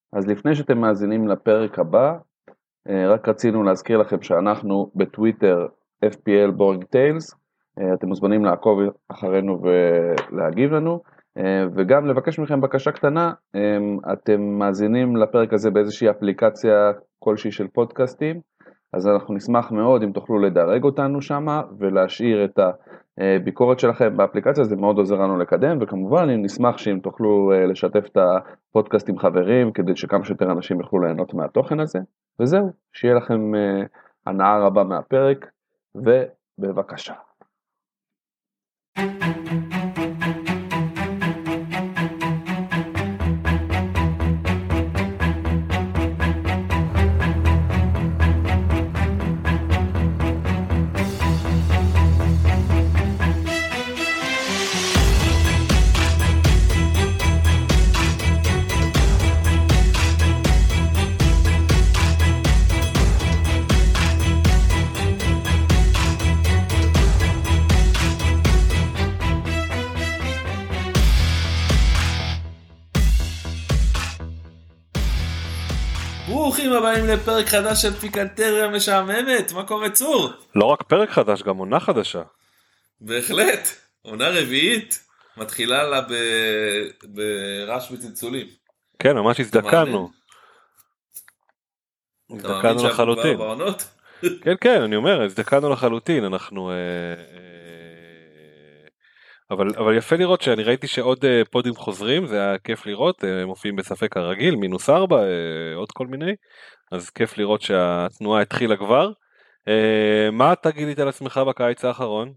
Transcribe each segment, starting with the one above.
אז לפני שאתם מאזינים לפרק הבא, רק רצינו להזכיר לכם שאנחנו בטוויטר FPL Boring Tales, אתם מוזמנים לעקוב אחרינו ולהגיב לנו, וגם לבקש מכם בקשה קטנה, אתם מאזינים לפרק הזה באיזושהי אפליקציה כלשהי של פודקאסטים, אז אנחנו נשמח מאוד אם תוכלו לדרג אותנו שמה ולהשאיר את הביקורת שלכם באפליקציה, זה מאוד עוזר לנו לקדם, וכמובן נשמח שאם תוכלו לשתף את הפודקאסט עם חברים, כדי שכמה שיותר אנשים יוכלו ליהנות מהתוכן הזה, וזהו, שיהיה לכם הנאה רבה מהפרק, ובבקשה. ברוכים הבאים לפרק חדש של פיקנטריה משעממת. מה קורה צור? לא רק פרק חדש, גם עונה חדשה. בהחלט, עונה רביעית מתחילה לה ברעש וצלצולים. כן, ממש הזדקנו. הזדקנו לחלוטין. כן, כן, אני אומר, הזדקנו לחלוטין. אנחנו אבל יפה לראות שאני ראיתי שעוד פודים חוזרים, זה היה כיף לראות, מופיעים בספק הרגיל, -4, עוד כל מיני, אז כיף לראות שהתנועה התחילה כבר. מה אתה גילית על עצמך בקיץ האחרון?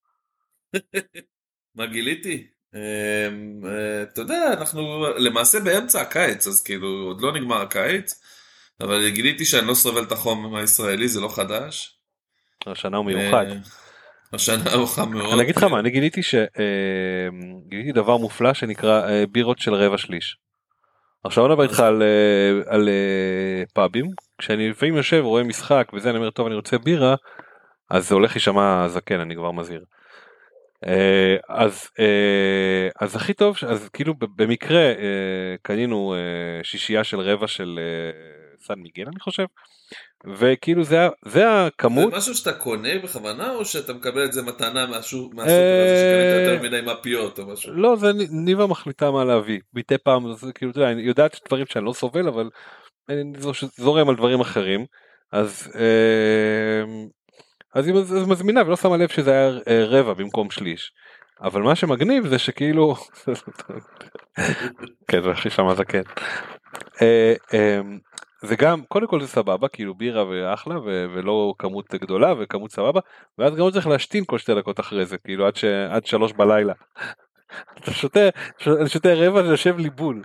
מה גיליתי? אתה יודע, אנחנו למעשה באמצע הקיץ, אז כאילו עוד לא נגמר הקיץ, אבל גיליתי שאני לא סובל את החום הישראלי, זה לא חדש. השנה הוא מיוחד. השנה הוא חם מאוד. אני אגיד לך מה, אני גיליתי דבר מופלא שנקרא בירות של רבע שליש. עכשיו אני מדבר איתך על פאבים, כשאני לפעמים יושב ורואה משחק וזה, אני אומר טוב אני רוצה בירה, אז זה הולך להישמע זקן, אני כבר מזהיר. אז הכי טוב, אז כאילו במקרה קנינו שישייה של רבע של סן מיגל אני חושב, וכאילו זה הכמות. זה משהו שאתה קונה בכוונה או שאתה מקבל את זה מתנה מהסופר הזה שקנית יותר מדי מפיות או משהו? לא, זה ניבה מחליטה מה להביא, ביתי פעם, זה כאילו, אתה יודע, אני יודעת דברים שאני לא סובל, אבל אני זורם על דברים אחרים, אז היא מזמינה ולא שמה לב שזה היה רבע במקום שליש, אבל מה שמגניב זה שכאילו, כן, זה הכי שמה זה כן. זה גם, קודם כל זה סבבה, כאילו בירה ואחלה, ולא כמות גדולה וכמות סבבה, ואז גם צריך להשתין כל 2 דקות אחרי זה, כאילו עד 3 בלילה. אתה שותה רבע, זה יושב לי בול.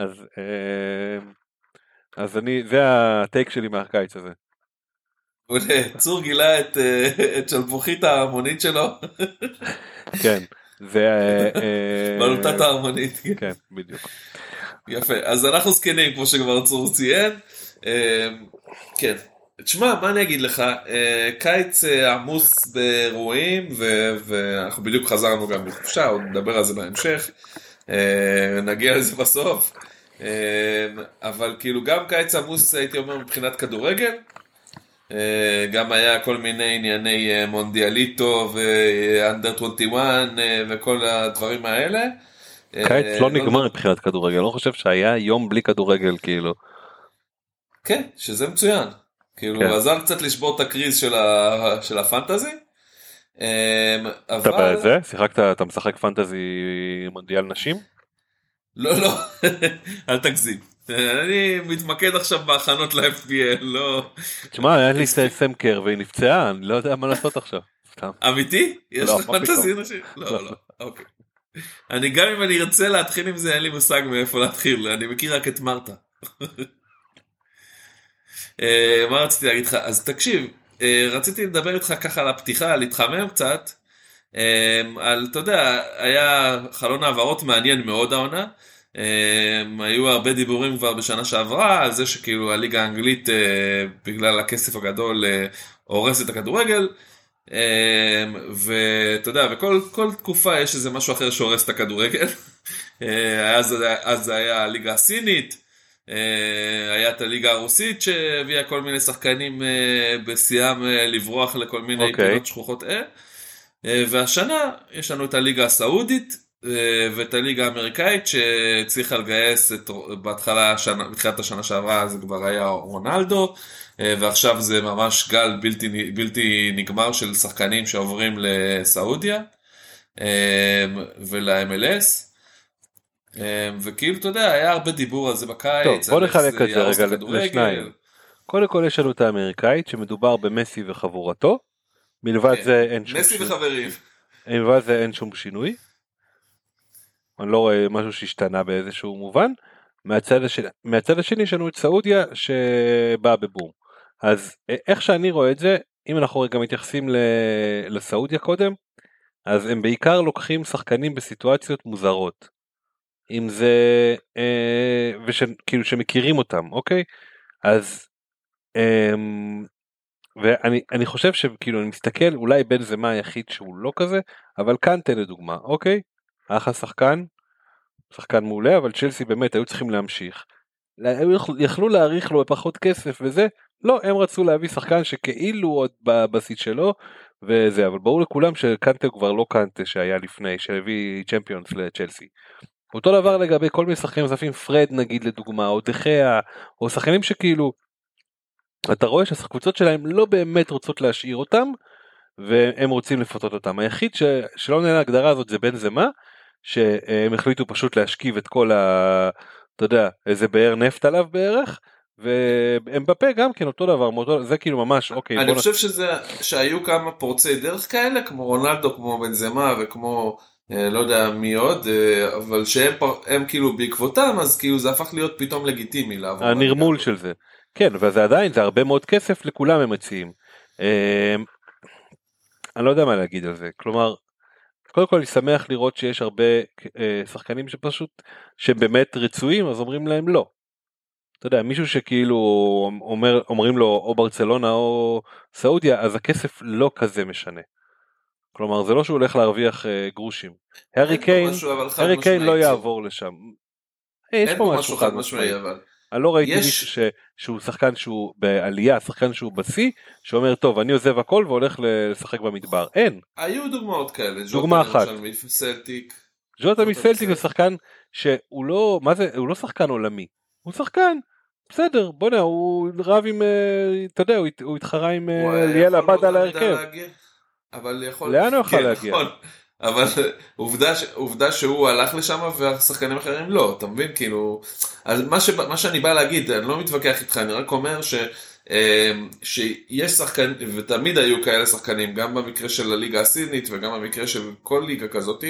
אז זה הטייק שלי מהקיץ הזה. צור גילה את שלפוחית ההרמונית שלו. כן, זה... בלוטת ההרמונית. כן, בדיוק. יפה, אז אנחנו זקנים כמו שכבר צור ציין. כן, תשמע, מה אני אגיד לך, קיץ עמוס באירועים, ואנחנו בדיוק חזרנו גם לחופשה, עוד נדבר על זה בהמשך, נגיע לזה בסוף, אבל כאילו גם קיץ עמוס הייתי אומר מבחינת כדורגל, גם היה כל מיני ענייני מונדיאליטו ואנדר 21 וכל הדברים האלה. קיץ לא נגמר מבחינת כדורגל, לא חושב שהיה יום בלי כדורגל כאילו. כן, שזה מצוין. כאילו עזר קצת לשבור את הקריז של הפנטזי. אתה בזה? שיחקת, אתה משחק פנטזי מונדיאל נשים? לא, לא, אל תגזים. אני מתמקד עכשיו בהכנות ל-FPL, לא. תשמע, היה לי סמקר והיא נפצעה, אני לא יודע מה לעשות עכשיו. אמיתי? יש לך פנטזי נשים? לא, לא, אוקיי. אני גם אם אני ארצה להתחיל עם זה, אין לי מושג מאיפה להתחיל, אני מכיר רק את מרתה. מה רציתי להגיד לך? אז תקשיב, רציתי לדבר איתך ככה על הפתיחה, להתחמם קצת, על, אתה יודע, היה חלון העברות מעניין מאוד העונה, היו הרבה דיבורים כבר בשנה שעברה, על זה שכאילו הליגה האנגלית, בגלל הכסף הגדול, הורס את הכדורגל, ואתה יודע, בכל תקופה יש איזה משהו אחר שהורס את הכדורגל. אז זה היה הליגה הסינית, היה את הליגה הרוסית שהביאה כל מיני שחקנים בשיאם לברוח לכל מיני פינות שכוחות והשנה יש לנו את הליגה הסעודית ואת הליגה האמריקאית שהצליחה לגייס בהתחלה, בתחילת השנה שעברה זה כבר היה רונלדו, ועכשיו זה ממש גל בלתי נגמר של שחקנים שעוברים לסעודיה ול-MLS, וכאילו אתה יודע היה הרבה דיבור על זה בקיץ. טוב, בוא נחלק את זה רגע לשניים. קודם כל יש לנו את האמריקאית שמדובר במסי וחבורתו, מלבד זה אין שום מסי וחברים. מלבד זה אין שום שינוי, אני לא רואה משהו שהשתנה באיזשהו מובן. מהצד השני יש לנו את סעודיה שבאה בבום. אז איך שאני רואה את זה, אם אנחנו רגע מתייחסים לסעודיה קודם, אז הם בעיקר לוקחים שחקנים בסיטואציות מוזרות. אם זה, כאילו שמכירים אותם, אוקיי? אז, ואני חושב שכאילו אני מסתכל, אולי בן זה מה היחיד שהוא לא כזה, אבל קנטה לדוגמה, אוקיי? אחלה שחקן מעולה, אבל צ'לסי באמת היו צריכים להמשיך. יכלו להאריך לו בפחות כסף וזה, לא, הם רצו להביא שחקן שכאילו עוד בבסיס שלו, וזה, אבל ברור לכולם שקנטה הוא כבר לא קנטה שהיה לפני, שהביא צ'מפיונס לצ'לסי. אותו דבר לגבי כל מיני שחקנים נוספים, פרד נגיד לדוגמה, או דחיה, או שחקנים שכאילו, אתה רואה שהקבוצות שלהם לא באמת רוצות להשאיר אותם, והם רוצים לפתות אותם. היחיד שלא עונה להגדרה הזאת זה בן זמה, שהם החליטו פשוט להשכיב את כל אתה יודע, איזה באר נפט עליו בערך, והם בפה גם כן אותו דבר, זה כאילו ממש, אוקיי. אני חושב שהיו כמה פורצי דרך כאלה, כמו רונלדו, כמו בן זמה, וכמו, לא יודע מי עוד, אבל שהם כאילו בעקבותם, אז כאילו זה הפך להיות פתאום לגיטימי לעבור. הנרמול של זה. כן, וזה עדיין, זה הרבה מאוד כסף לכולם הם מציעים. אני לא יודע מה להגיד על זה, כלומר, קודם כל אני שמח לראות שיש הרבה שחקנים שבאמת רצויים, אז אומרים להם לא. אתה יודע, מישהו שכאילו אומרים לו או ברצלונה או סעודיה, אז הכסף לא כזה משנה. כלומר, זה לא שהוא הולך להרוויח גרושים. הארי קיין לא יעבור לשם. אין פה משהו חד משמעי, אבל... אני לא ראיתי מישהו שהוא שחקן שהוא בעלייה, שחקן שהוא בשיא, שאומר טוב אני עוזב הכל והולך לשחק במדבר, אין. היו דוגמאות כאלה, דוגמה אחת. ג'וטה מסלטיק זה שחקן שהוא לא, מה זה, הוא לא שחקן עולמי, הוא שחקן, בסדר, בוא נה, הוא רב עם, אתה יודע, הוא התחרה עם ליאל עבד על ההרכב. לאן הוא יכול להגיע? אבל עובדה שהוא הלך לשם והשחקנים אחרים לא, אתה מבין? כאילו, אז מה שאני בא להגיד, אני לא מתווכח איתך, אני רק אומר שיש שחקנים, ותמיד היו כאלה שחקנים, גם במקרה של הליגה הסינית וגם במקרה של כל ליגה כזאת,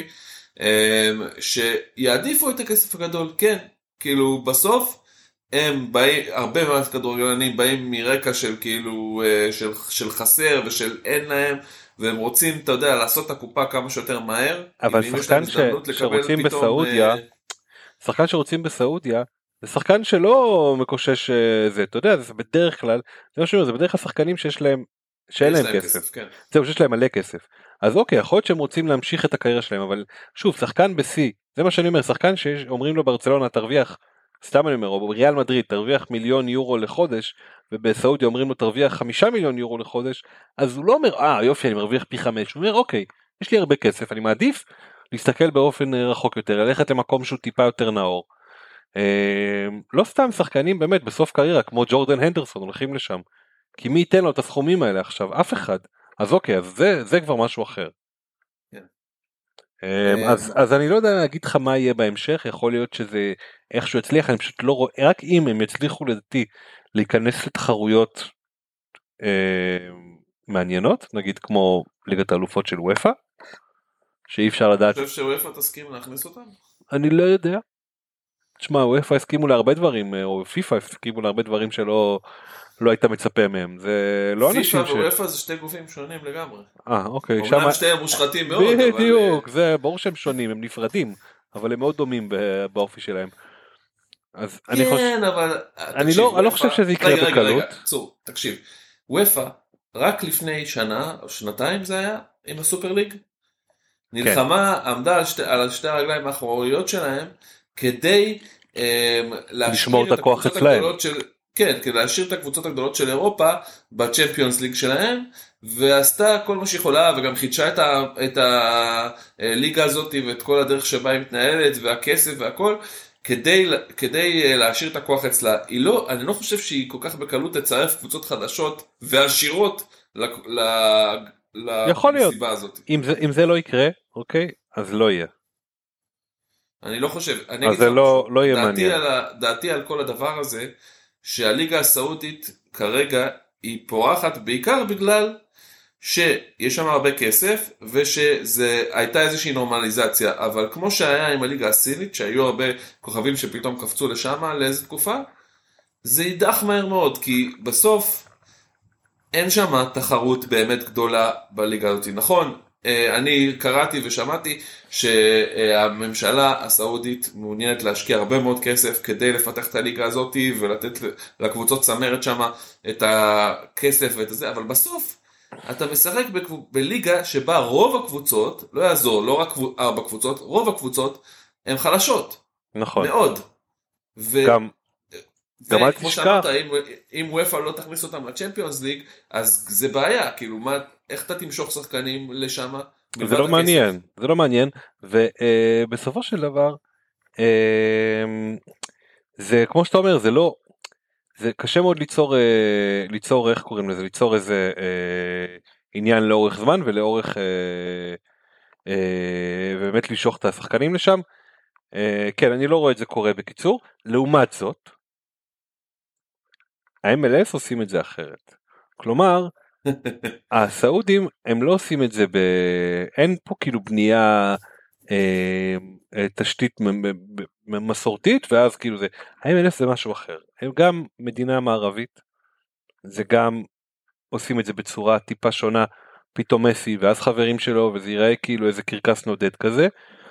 שיעדיפו את הכסף הגדול, כן, כאילו בסוף הם באים, הרבה מהכדורגלנים באים מרקע של כאילו, של חסר ושל אין להם, והם רוצים, אתה יודע, לעשות את הקופה כמה שיותר מהר. אבל שחקן שרוצים בסעודיה, שחקן שרוצים בסעודיה, זה שחקן שלא מקושש זה, אתה יודע, זה בדרך כלל, זה מה שאומר, זה בדרך כלל שחקנים שיש להם, שאין להם כסף. זהו, שיש להם מלא כסף. אז אוקיי, יכול להיות שהם רוצים להמשיך את הקריירה שלהם, אבל שוב, שחקן בסי, זה מה שאני אומר, שחקן שאומרים לו ברצלונה, תרוויח, סתם אני אומר, או בריאל מדריד, תרוויח 1,000,000 יורו לחודש, ובסעודיה אומרים לו תרוויח 5,000,000 יורו לחודש, אז הוא לא אומר, יופי, אני מרוויח פי 5, הוא אומר, אוקיי, יש לי הרבה כסף, אני מעדיף להסתכל באופן רחוק יותר, ללכת למקום שהוא טיפה יותר נאור. לא סתם שחקנים באמת בסוף קריירה, כמו ג'ורדן הנדרסון, הולכים לשם, כי מי ייתן לו את הסכומים האלה עכשיו? אף אחד. אז אוקיי, אז זה כבר משהו אחר. אז אני לא יודע להגיד לך מה יהיה בהמשך, יכול להיות שזה איכשהו יצליח, אני פשוט לא רואה, רק אם הם יצליחו לדעתי להיכנס לתחרויות מעניינות, נגיד כמו ליגת האלופות של וופא, שאי אפשר לדעת. אתה חושב שוופא תסכים להכניס אותם? אני לא יודע. תשמע, וופא הסכימו להרבה דברים, או פיפא הסכימו להרבה דברים שלא היית מצפה מהם, זה לא אנשים פיפא ווופא זה שתי גופים שונים לגמרי. אוקיי. אומנם שתיהם מושחתים מאוד, בדיוק, זה ברור שהם שונים, הם נפרדים, אבל הם מאוד דומים באופי שלהם. אז כן, אבל... אני לא חושב שזה יקרה בקלות. רגע, צור, תקשיב. וופא, רק לפני שנה או שנתיים זה היה, עם הסופר ליג, נלחמה, עמדה על שתי הרגליים האחוריות שלהם, כדי לשמור את הכוח אצלהם. כן, כדי להשאיר את הקבוצות הגדולות של אירופה בצ'מפיונס ליג שלהם, ועשתה כל מה שיכולה, וגם חידשה את הליגה הזאת, ואת כל הדרך שבה היא מתנהלת, והכסף והכל, כדי להשאיר את הכוח אצלה. אני לא חושב שהיא כל כך בקלות תצרף קבוצות חדשות ועשירות לסיבה הזאת. אם זה לא יקרה, אוקיי, אז לא יהיה. אני לא חושב. אז זה לא יהיה מעניין. דעתי על כל הדבר הזה, שהליגה הסעודית כרגע היא פורחת בעיקר בגלל שיש שם הרבה כסף ושהייתה איזושהי נורמליזציה, אבל כמו שהיה עם הליגה הסינית שהיו הרבה כוכבים שפתאום קפצו לשם לאיזו תקופה, זה יידח מהר מאוד כי בסוף אין שם תחרות באמת גדולה בליגה הזאת. נכון, אני קראתי ושמעתי שהממשלה הסעודית מעוניינת להשקיע הרבה מאוד כסף כדי לפתח את הליגה הזאת ולתת לקבוצות צמרת שם את הכסף ואת זה, אבל בסוף אתה משחק בליגה שבה רוב הקבוצות, לא יעזור, לא רק 4 קבוצות, רוב הקבוצות הן חלשות. נכון. מאוד. גם אל כמו תשכח. שאמרת, אם וופא לא תכניס אותם לצ'מפיונס ליג, אז זה בעיה, כאילו, איך אתה תמשוך שחקנים לשם? זה לא מעניין, זה לא מעניין, ובסופו של דבר, זה כמו שאתה אומר, זה לא, זה קשה מאוד ליצור איך קוראים לזה, ליצור איזה עניין לאורך זמן ולאורך, באמת לשוך את השחקנים לשם. כן, אני לא רואה את זה קורה בקיצור. לעומת זאת, ה-MLS עושים את זה אחרת. כלומר, הסעודים הם לא עושים את זה אין פה כאילו בנייה תשתית מסורתית ואז כאילו זה, ה-MLS זה משהו אחר. הם גם מדינה מערבית, זה גם עושים את זה בצורה טיפה שונה, פתאום מסי ואז חברים שלו וזה ייראה כאילו איזה קרקס נודד כזה.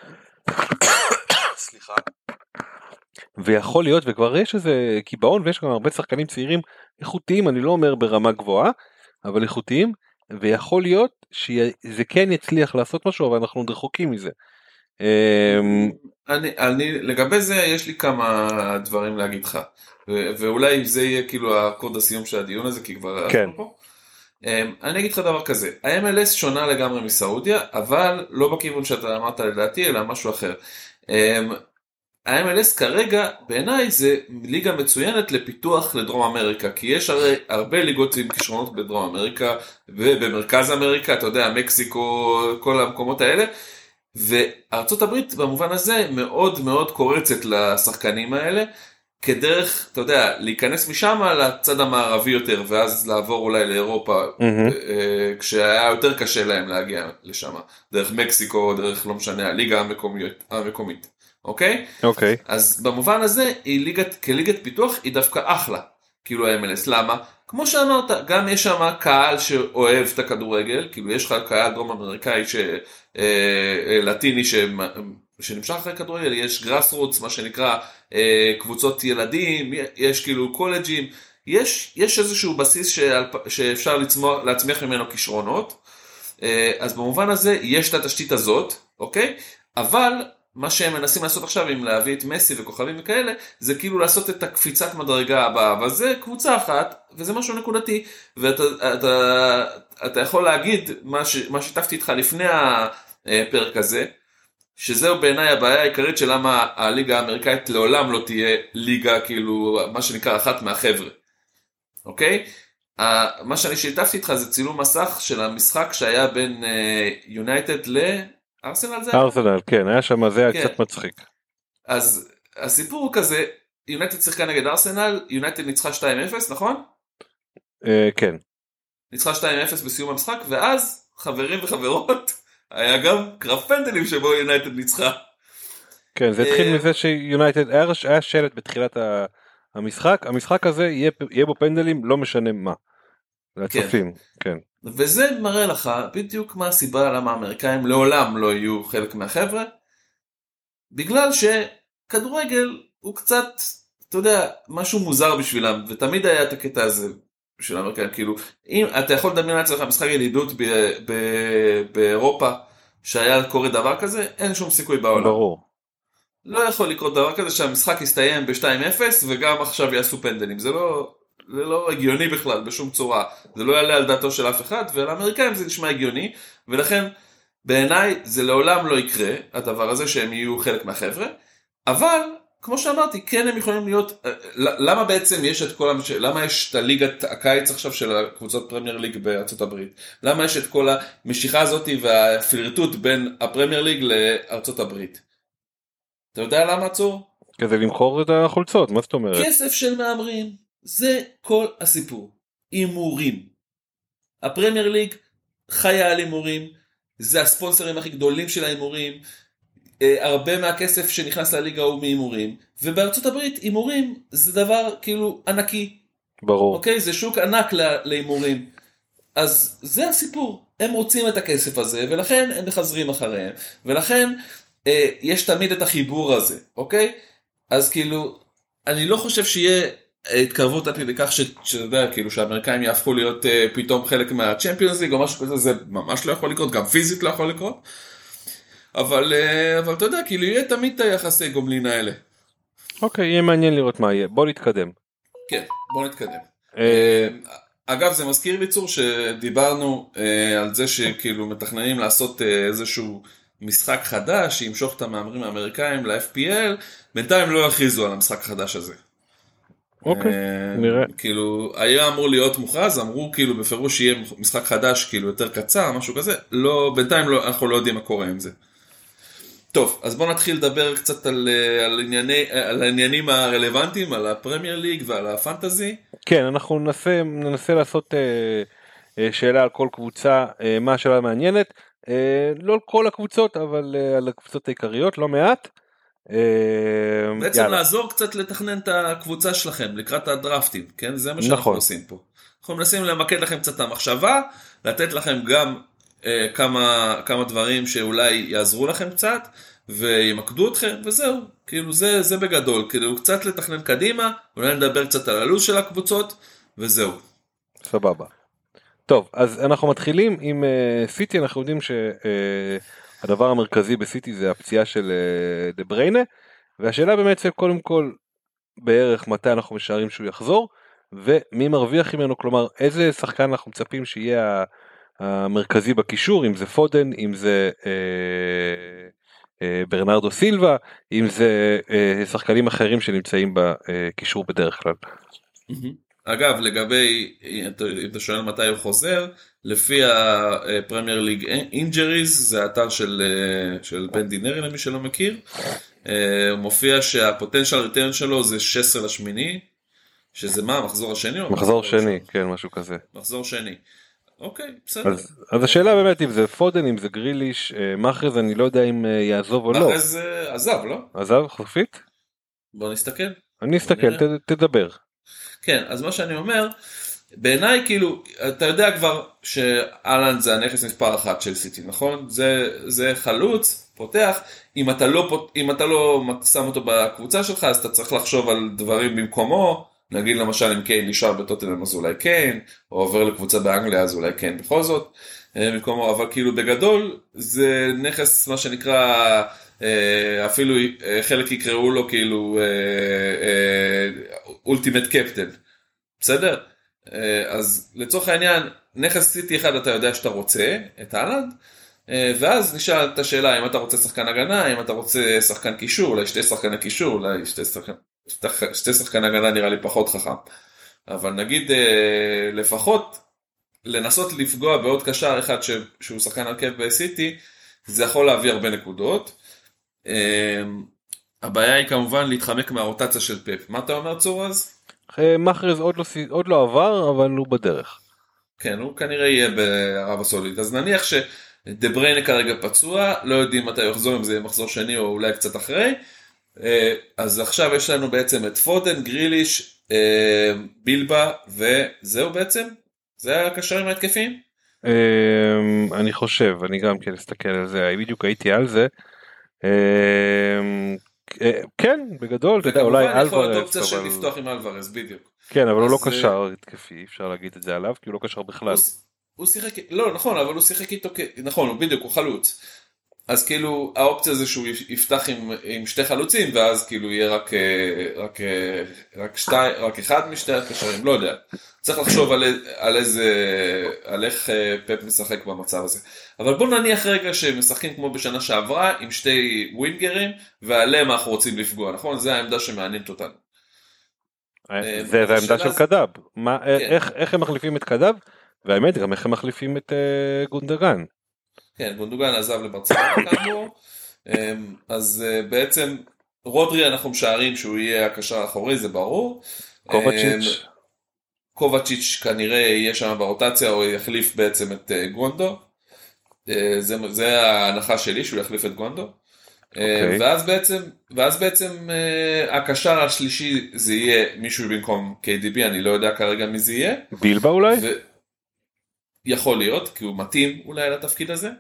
סליחה. ויכול להיות, וכבר יש איזה קיבעון, ויש גם הרבה שחקנים צעירים איכותיים, אני לא אומר ברמה גבוהה, אבל איכותיים, ויכול להיות שזה כן יצליח לעשות משהו, אבל אנחנו עוד רחוקים מזה. לגבי זה יש לי כמה דברים להגיד לך, ואולי זה יהיה כאילו הקוד הסיום של הדיון הזה, כי כבר כן. פה. אני אגיד לך דבר כזה, ה-MLS שונה לגמרי מסעודיה, אבל לא בכיוון שאתה אמרת לדעתי, אלא משהו אחר. ה-MLS כרגע בעיניי זה ליגה מצוינת לפיתוח לדרום אמריקה, כי יש הרי הרבה ליגות עם כישרונות בדרום אמריקה ובמרכז אמריקה, אתה יודע, מקסיקו, כל המקומות האלה, וארצות הברית במובן הזה מאוד מאוד קורצת לשחקנים האלה, כדרך, אתה יודע, להיכנס משם לצד המערבי יותר, ואז לעבור אולי לאירופה, כשהיה יותר קשה להם להגיע לשם, דרך מקסיקו, דרך לא משנה, הליגה המקומית. אוקיי? אוקיי. אז במובן הזה, כליגת פיתוח היא דווקא אחלה, כאילו ה-MLS. למה? כמו שאמרת, גם יש שם קהל שאוהב את הכדורגל, כאילו יש לך קהל דרום אמריקאי לטיני שנמשך אחרי כדורגל, יש גראס רוטס, מה שנקרא קבוצות ילדים, יש כאילו קולג'ים, יש איזשהו בסיס שאפשר להצמיח ממנו כישרונות, אז במובן הזה יש את התשתית הזאת, אוקיי? אבל מה שהם מנסים לעשות עכשיו עם להביא את מסי וכוכבים וכאלה, זה כאילו לעשות את הקפיצת מדרגה הבאה, אבל זה קבוצה אחת, וזה משהו נקודתי, ואתה יכול להגיד, מה שיתפתי איתך לפני הפרק הזה, שזהו בעיניי הבעיה העיקרית של למה הליגה האמריקאית לעולם לא תהיה ליגה, כאילו, מה שנקרא אחת מהחבר'ה. אוקיי? מה שאני שיתפתי איתך זה צילום מסך של המשחק שהיה בין יונייטד ארסנל זה? ארסנל, כן, היה שם, זה היה קצת מצחיק. אז הסיפור הוא כזה, יונייטד שיחקה נגד ארסנל, יונייטד ניצחה 2-0, נכון? כן. ניצחה 2-0 בסיום המשחק, ואז חברים וחברות, היה גם קרב פנדלים שבו יונייטד ניצחה. כן, זה התחיל מזה שיונייטד, היה שלט בתחילת המשחק, המשחק הזה יהיה בו פנדלים, לא משנה מה. לצופים, כן. וזה מראה לך בדיוק מה הסיבה למה האמריקאים לעולם לא יהיו חלק מהחבר'ה, בגלל שכדורגל הוא קצת, אתה יודע, משהו מוזר בשבילם, ותמיד היה את הקטע הזה של האמריקאים, כאילו, אם אתה יכול לדמיין לעצמך משחק ידידות באירופה, שהיה קורה דבר כזה, אין שום סיכוי בעולם. ברור. לא יכול לקרות דבר כזה שהמשחק יסתיים ב-2-0 וגם עכשיו יעשו פנדלים, זה לא הגיוני בכלל בשום צורה, זה לא יעלה על דעתו של אף אחד, ולאמריקאים זה נשמע הגיוני, ולכן בעיניי זה לעולם לא יקרה, הדבר הזה שהם יהיו חלק מהחבר'ה, אבל כמו שאמרתי, כן הם יכולים להיות, למה בעצם יש את כל, למה יש את הליגת הקיץ עכשיו של הקבוצות פרמייר ליג בארצות הברית? למה יש את כל המשיכה הזאת והפלירטוט בין הפרמייר ליג לארצות הברית? אתה יודע למה, צור? כדי למכור את החולצות, מה זאת אומרת? כסף של מאמרים, זה כל הסיפור. הימורים. הפרמייר ליג חיה על הימורים, זה הספונסרים הכי גדולים של ההימורים, הרבה מהכסף שנכנס לליגה הוא מהימורים, ובארצות הברית הימורים זה דבר כאילו ענקי. ברור. אוקיי? זה שוק ענק להימורים. אז זה הסיפור. הם רוצים את הכסף הזה, ולכן הם מחזרים אחריהם. ולכן יש תמיד את החיבור הזה, אוקיי? אז כאילו, אני לא חושב שיהיה התקרבות עד כדי כך שאתה יודע, כאילו שהאמריקאים יהפכו להיות פתאום חלק מהצ'מפיונס ליג או משהו כזה, זה ממש לא יכול לקרות, גם פיזית לא יכול לקרות. אבל אתה יודע, כאילו יהיה תמיד את היחסי גומלין האלה. אוקיי, יהיה מעניין לראות מה יהיה. בוא נתקדם. כן, בוא נתקדם. אגב, זה מזכיר לי צור שדיברנו על זה שכאילו מתכננים לעשות איזשהו משחק חדש שימשוך את המאמרים האמריקאים ל-FPL, בינתיים לא הכריזו על המשחק החדש הזה. אוקיי, נראה. כאילו, היה אמור להיות מוכרז, אמרו כאילו בפירוש שיהיה משחק חדש כאילו יותר קצר, משהו כזה, לא, בינתיים לא, אנחנו לא יודעים מה קורה עם זה. טוב, אז בואו נתחיל לדבר קצת על העניינים הרלוונטיים, על הפרמייר ליג ועל הפנטזי. כן, אנחנו ננסה לעשות שאלה על כל קבוצה, מה השאלה המעניינת, לא על כל הקבוצות, אבל על הקבוצות העיקריות, לא מעט. בעצם לעזור קצת לתכנן את הקבוצה שלכם לקראת הדרפטים, כן? זה מה שאנחנו עושים פה. אנחנו מנסים למקד לכם קצת המחשבה, לתת לכם גם כמה דברים שאולי יעזרו לכם קצת, וימקדו אתכם, וזהו. כאילו זה בגדול, כאילו קצת לתכנן קדימה, אולי נדבר קצת על הלו"ז של הקבוצות, וזהו. סבבה. טוב, אז אנחנו מתחילים עם סיטי, אנחנו יודעים הדבר המרכזי בסיטי זה הפציעה של דה בריינה, והשאלה באמת זה קודם כל בערך מתי אנחנו משערים שהוא יחזור, ומי מרוויח ממנו, כלומר איזה שחקן אנחנו מצפים שיהיה המרכזי בקישור, אם זה פודן, אם זה ברנרדו סילבה, אם זה שחקנים אחרים שנמצאים בקישור בדרך כלל. אגב, לגבי, אם אתה שואל מתי הוא חוזר, לפי הפרמייר ליג אינג'ריז, זה האתר של בן דינרי למי שלא מכיר, מופיע שהפוטנציאל ריטרן שלו זה 16/8, שזה מה, מחזור השני? מחזור שני, כן, משהו כזה. מחזור שני. אוקיי, בסדר. אז השאלה באמת אם זה פודן, אם זה גריליש, מאחרז אני לא יודע אם יעזוב או לא. מאחרז עזב, לא? עזב חופית? בוא נסתכל. אני אסתכל, תדבר. כן, אז מה שאני אומר, בעיניי כאילו, אתה יודע כבר שאלן זה הנכס מספר 1 של סיטי, נכון? זה חלוץ, פותח, אם אתה לא שם אותו בקבוצה שלך, אז אתה צריך לחשוב על דברים במקומו, נגיד למשל אם קיין נשאר בטוטנהאם אז אולי קיין, או עובר לקבוצה באנגליה אז אולי קיין בכל זאת, במקומו, אבל כאילו בגדול זה נכס מה שנקרא, אפילו חלק יקראו לו כאילו אולטימט קפטן, בסדר? אז לצורך העניין, נכס סיטי אחד אתה יודע שאתה רוצה, את הלנד, ואז נשאל את השאלה אם אתה רוצה שחקן הגנה, אם אתה רוצה שחקן קישור, אולי שתי שחקני קישור, אולי שתי שחקן הגנה נראה לי פחות חכם, אבל נגיד לפחות לנסות לפגוע בעוד קשר אחד שהוא שחקן הרכב בסיטי, זה יכול להביא הרבה נקודות. הבעיה היא כמובן להתחמק מהרוטציה של פפ. מה אתה אומר צור אז? מאחרז עוד לא עבר, אבל הוא בדרך. כן, הוא כנראה יהיה בערב הסעודית. אז נניח שדה בריינה כרגע פצוע, לא יודעים מתי הוא יחזור, אם זה מחזור שני או אולי קצת אחרי. אז עכשיו יש לנו בעצם את פודן, גריליש, בילבה, וזהו בעצם? זה הקשרים ההתקפים? אני חושב, אני גם כן אסתכל על זה, בדיוק הייתי על זה. כן, בגדול, אתה יודע, אולי אלוורז. יכול להיות אופציה של לפתוח עם אלוורז, בדיוק. כן, אבל הוא לא קשר התקפי, אפשר להגיד את זה עליו, כי הוא לא קשר בכלל. הוא שיחק, לא, נכון, אבל הוא שיחק איתו, נכון, בדיוק, הוא חלוץ. אז כאילו האופציה זה שהוא יפתח עם שתי חלוצים, ואז כאילו יהיה רק אחד משתי הקשרים, לא יודע. צריך לחשוב על איך פפ משחק במצב הזה. אבל בוא נניח רגע שמשחקים כמו בשנה שעברה, עם שתי ווינגרים, ועליהם אנחנו רוצים לפגוע, נכון? זה העמדה שמעניינת אותנו. זה העמדה של קדאב. איך הם מחליפים את קדאב? והאמת גם איך הם מחליפים את גונדגן. כן, גונדוגן עזב לברצלונה כאמור, אז בעצם רודרי אנחנו משערים שהוא יהיה הקשר האחורי, זה ברור. קובצ'יץ' כנראה יהיה שם ברוטציה, או יחליף בעצם את גונדו. זה ההנחה שלי, שהוא יחליף את גונדו. ואז בעצם הקשר השלישי זה יהיה מישהו במקום KDB, אני לא יודע כרגע מי זה יהיה. בילבה אולי? יכול להיות, כי הוא מתאים אולי לתפקיד הזה.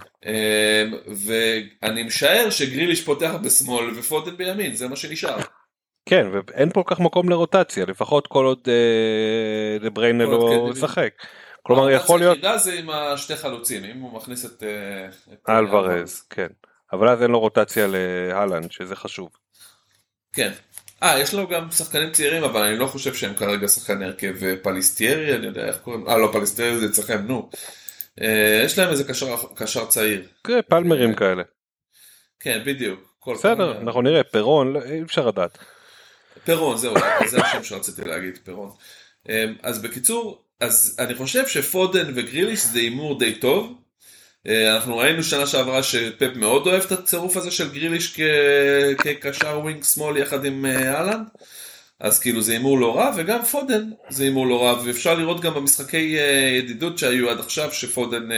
ואני משער שגריליש פותח בשמאל ופודן בימין, זה מה שנשאר. כן, ואין פה כך מקום לרוטציה, לפחות כל עוד לבריינה לא ישחק. כלומר יכול להיות... הרוטציה זה עם השתי חלוצים, אם הוא מכניס את אלוורז, כן. אבל אז אין לו רוטציה להלנד, שזה חשוב. כן. יש לו גם שחקנים צעירים, אבל אני לא חושב שהם כרגע שחקני הרכב פליסטיירי, אני יודע איך קוראים, לא פליסטיירי זה אצלכם, נו. יש להם איזה קשר צעיר. כן, פלמרים כאלה. כן, בדיוק. בסדר, אנחנו נראה, פירון, אי אפשר לדעת. פירון, זהו, זה השם שרציתי להגיד, פירון. אז בקיצור, אז אני חושב שפודן וגריליש זה אימור די טוב. אנחנו ראינו שנה שעברה שפפ מאוד אוהב את הצירוף הזה של גריליש כקשר ווינג שמאל יחד עם אלנד, אז כאילו זה אימור לא רע, וגם פודן זה אימור לא רע, ואפשר לראות גם במשחקי ידידות שהיו עד עכשיו שפודן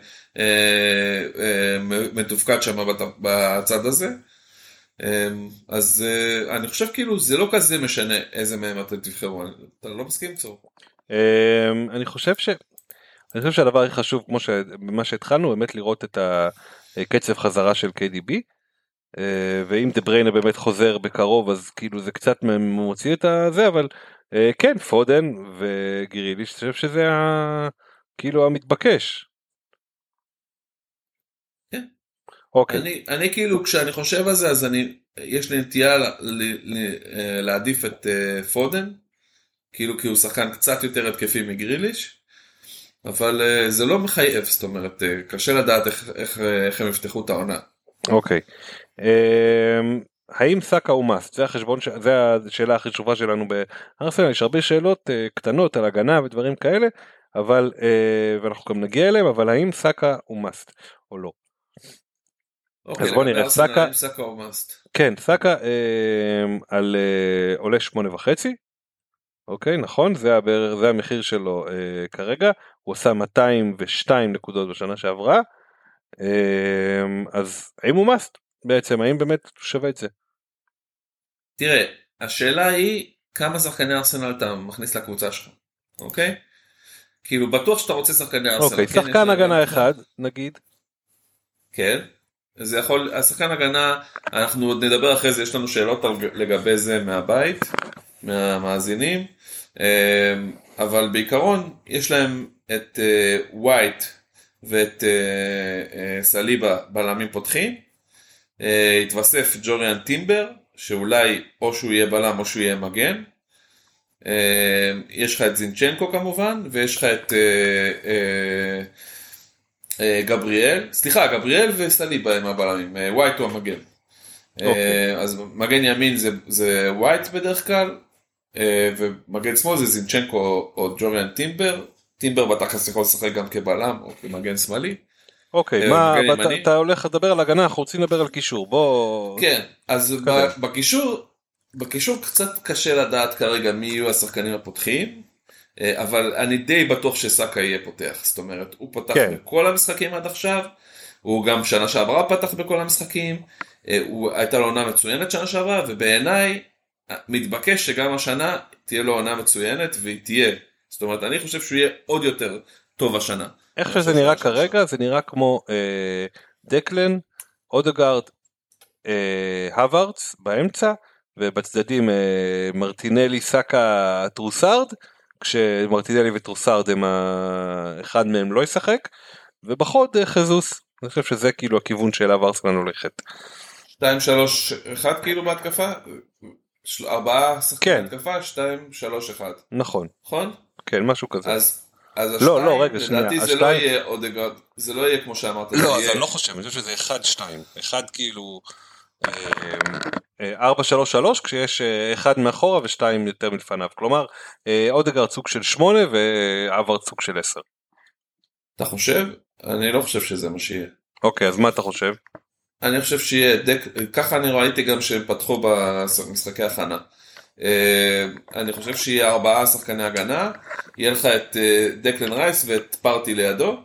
מתופקד שם בצד הזה. אז אני חושב כאילו זה לא כזה משנה איזה מהם אתם תבחרו, אתה לא מסכים צור? אני חושב שהדבר הכי חשוב, כמו במה שהתחלנו, באמת לראות את הקצב חזרה של KDB, ואם דה בריינה באמת חוזר בקרוב, אז כאילו זה קצת מוציא את זה, אבל כן, פודן וגריליש, אני חושב שזה כאילו המתבקש. כן. אוקיי. אני כאילו, כשאני חושב על זה, אז יש לי נטייה להעדיף את פודן, כאילו כי הוא שחקן קצת יותר התקפי מגריליש, אבל זה לא מחייב, זאת אומרת, קשה לדעת איך הם יפתחו את העונה. אוקיי. האם סאקה הוא מאסט? זה השאלה הכי חשובה שלנו בארסנל, יש הרבה שאלות קטנות על הגנה ודברים כאלה, אבל, ואנחנו גם נגיע אליהם, אבל האם סאקה הוא מאסט או לא? אוקיי, אז בוא נראה, סאקה הוא מאסט. כן, סאקה עולה 8.5, אוקיי, נכון, זה המחיר שלו כרגע, הוא עשה 202 נקודות בשנה שעברה, אז האם הוא מאסט בעצם, האם באמת שווה את זה? תראה, השאלה היא כמה שחקני ארסנל אתה מכניס לקבוצה שלך, אוקיי? כאילו בטוח שאתה רוצה שחקני ארסנל. אוקיי, שחקן הגנה אחד, נגיד. כן, זה יכול, השחקן הגנה, אנחנו עוד נדבר אחרי זה, יש לנו שאלות לגבי זה מהבית, מהמאזינים, אבל בעיקרון יש להם את ווייט ואת סליבה בלמים פותחים, התווסף ג'וריאן טימבר, שאולי או שהוא יהיה בלם או שהוא יהיה מגן, יש לך את זינצ'נקו כמובן, ויש לך את גבריאל וסליבה הם הבלמים, ווייט הוא המגן. אז מגן ימין זה ווייט בדרך כלל, ומגן שמאל זה זינצ'נקו או ג'וריאן טימבר. טימבר בתכלס יכול לשחק גם כבלם או כמגן שמאלי. אוקיי, אתה הולך לדבר על הגנה, אנחנו רוצים לדבר על קישור, בוא... כן, אז בקישור קצת קשה לדעת כרגע מי יהיו השחקנים הפותחים, אבל אני די בטוח שסאקה יהיה פותח, זאת אומרת, הוא פתח בכל המשחקים עד עכשיו, הוא גם שנה שעברה פתח בכל המשחקים, הייתה לו עונה מצוינת שנה שעברה, ובעיניי מתבקש שגם השנה תהיה לו עונה מצוינת, והיא תהיה, זאת אומרת, אני חושב שהוא יהיה עוד יותר טוב השנה. איך שזה נראה כרגע, זה נראה כמו דקלן, אודגארד, הווארדס באמצע, ובצדדים מרטינלי, סאקה, טרוסארד, כשמרטינלי וטרוסארד אחד מהם לא ישחק, ובחוד חזוס, אני חושב שזה כאילו הכיוון שאליו ארסנל הולכת. 2-3-1 כאילו בהתקפה? 4 שחקנים בהתקפה, 2-3-1. נכון. נכון? כן, משהו כזה. אז לא, רגע, שנייה. לדעתי זה לא יהיה אודגרד, זה לא יהיה כמו שאמרת. לא, אז אני לא חושב, אני חושב שזה 1-2. 1 כאילו 4-3-3 כשיש 1 מאחורה ו2 יותר מלפניו. כלומר, אודגרד סוג של 8 ועבר סוג של 10. אתה חושב? אני לא חושב שזה מה שיהיה. אוקיי, אז מה אתה חושב? אני חושב שיהיה ככה אני ראיתי גם שהם פתחו במשחקי הכנה. אני חושב שיהיה 4 שחקני הגנה, יהיה לך את דקלן רייס ואת פארטי לידו,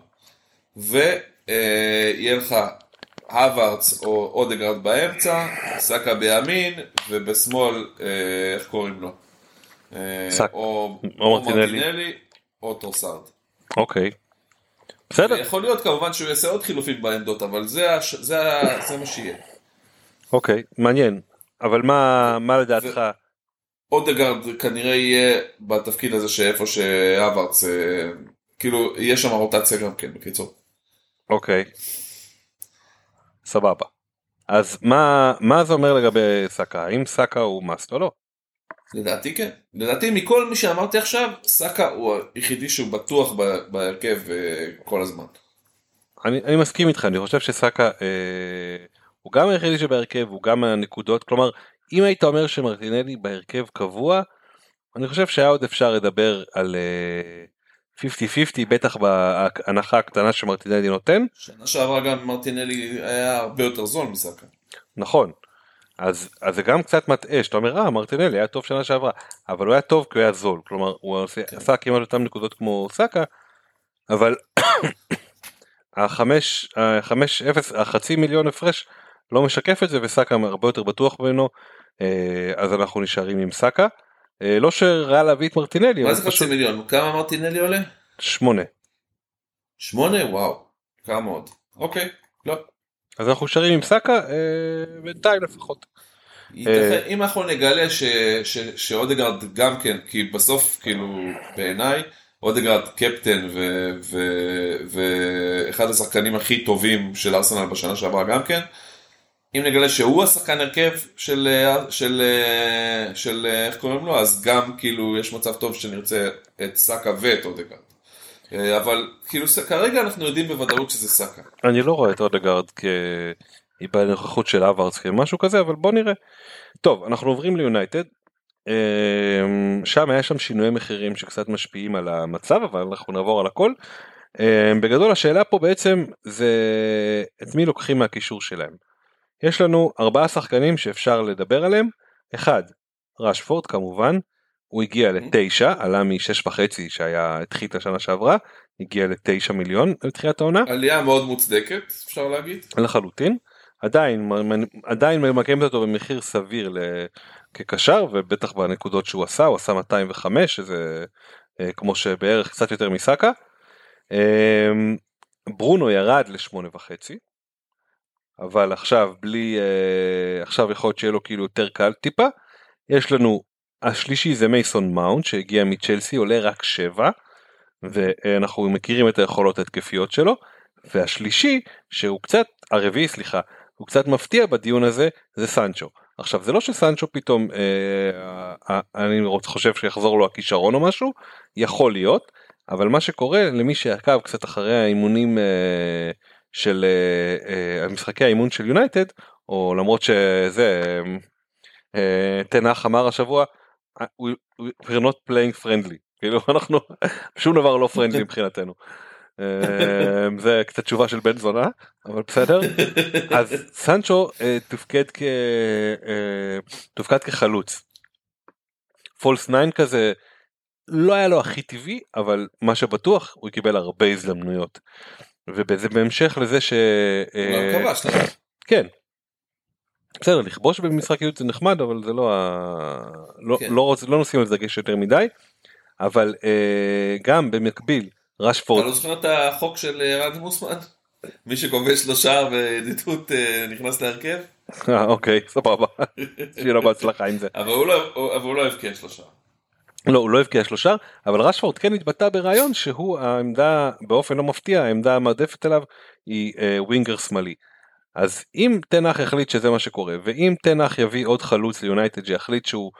ויהיה לך הווארדס או אודגרד באמצע, סאקה בימין, ובשמאל, איך קוראים לו? או מרטינלי, או טרוסארד. אוקיי. בסדר. יכול להיות כמובן שהוא יעשה עוד חילופים בעמדות, אבל זה מה שיהיה. אוקיי, מעניין. אבל מה לדעתך? אודגרד כנראה יהיה בתפקיד הזה שאיפה שהווארדס, כאילו יהיה שם רוטציה גם כן, בקיצור. אוקיי. סבבה. אז מה זה אומר לגבי סאקה? האם סאקה הוא מאסט או לא? לדעתי כן. לדעתי מכל מי שאמרתי עכשיו, סאקה הוא היחידי שהוא בטוח בהרכב כל הזמן. אני מסכים איתך, אני חושב שסאקה הוא גם היחידי שבהרכב, הוא גם הנקודות, כלומר, אם היית אומר שמרטינלי בהרכב קבוע, אני חושב שהיה עוד אפשר לדבר על 50-50, בטח בהנחה הקטנה שמרטינלי נותן. שנה שעברה גם מרטינלי היה הרבה יותר זול מסאקה. נכון. אז זה גם קצת מטעה, שאתה אומר, מרטינלי היה טוב שנה שעברה, אבל הוא היה טוב כי הוא היה זול, כלומר, הוא עשה כמעט אותם נקודות כמו סאקה, אבל החצי מיליון הפרש לא משקף את זה, וסאקה הרבה יותר בטוח ממנו, אז אנחנו נשארים עם סאקה, לא שרע להביא את מרטינלי. מה זה חצי מיליון? כמה מרטינלי עולה? 8. 8? וואו, כמה מאוד. אוקיי, לא. אז אנחנו נשארים עם סאקה, בינתיים לפחות. אם אנחנו נגלה שאודגרד גם כן, כי בסוף כאילו בעיניי, אודגרד קפטן ואחד השחקנים הכי טובים של ארסנל בשנה שעברה גם כן, אם נגלה שהוא השחקן הרכב של איך קוראים לו, אז גם כאילו יש מצב טוב שנרצה את סאקה ואת אודגרד. אבל כאילו כרגע אנחנו יודעים בוודאות שזה סאקה. אני לא רואה את אודגרד בנוכחות של הווארדס כמשהו כזה, אבל בוא נראה. טוב, אנחנו עוברים ליונייטד. שם היה שם שינויי מחירים שקצת משפיעים על המצב, אבל אנחנו נעבור על הכל. בגדול השאלה פה בעצם זה את מי לוקחים מהקישור שלהם. יש לנו 4 שחקנים שאפשר לדבר עליהם. 1, רשפורד כמובן, הוא הגיע ל9, עלה מ6.5 שהיה התחיל השנה שעברה, הגיע ל9 מיליון לתחילת העונה. עלייה מאוד מוצדקת, אפשר להגיד. לחלוטין. עדיין ממקמת אותו במחיר סביר כקשר, ובטח בנקודות שהוא עשה, הוא עשה 205, שזה כמו שבערך קצת יותר מסאקה. ברונו ירד ל8.5, אבל עכשיו עכשיו יכול להיות שיהיה לו כאילו יותר קל טיפה. יש לנו, השלישי זה מייסון מאונט שהגיע מצ'לסי, עולה רק 7, ואנחנו מכירים את היכולות התקפיות שלו. והשלישי, שהוא קצת, הרביעי סליחה, הוא קצת מפתיע בדיון הזה, זה סנצ'ו. עכשיו זה לא שסנצ'ו פתאום, אני חושב שיחזור לו הכישרון או משהו, יכול להיות, אבל מה שקורה למי שעקב קצת אחרי האימונים של המשחקי האימון של יונייטד, או למרות שזה, תנח אמר השבוע, we're not playing friendly, כאילו אנחנו, שום דבר לא פרנדלי מבחינתנו. זה קצת תשובה של בן זונה, אבל בסדר. אז סנצ'ו תופקד כחלוץ. פולס 9 כזה, לא היה לו הכי טבעי, אבל מה שבטוח, הוא קיבל הרבה הזדמנויות. וזה בהמשך לזה ש... הוא כבש, נכון? כן. בסדר, לכבוש במשחקיות זה נחמד, אבל זה לא נושאים על זה דגש יותר מדי. אבל גם במקביל, רשפורד. אתה לא זוכר את החוק של רד מוסמן? מי שכובש 3 וידידות נכנס להרכב? אוקיי, סבבה. שיהיה לו בהצלחה עם זה. אבל הוא לא הבקיע 3. לא, הוא לא הבקיע 3, אבל רשפורד כן התבטא ברעיון שהוא העמדה, באופן לא מפתיע, העמדה המעדפת אליו היא ווינגר שמאלי. אז אם תנח יחליט שזה מה שקורה, ואם תנח יביא עוד חלוץ ליונייטד שיחליט שהוא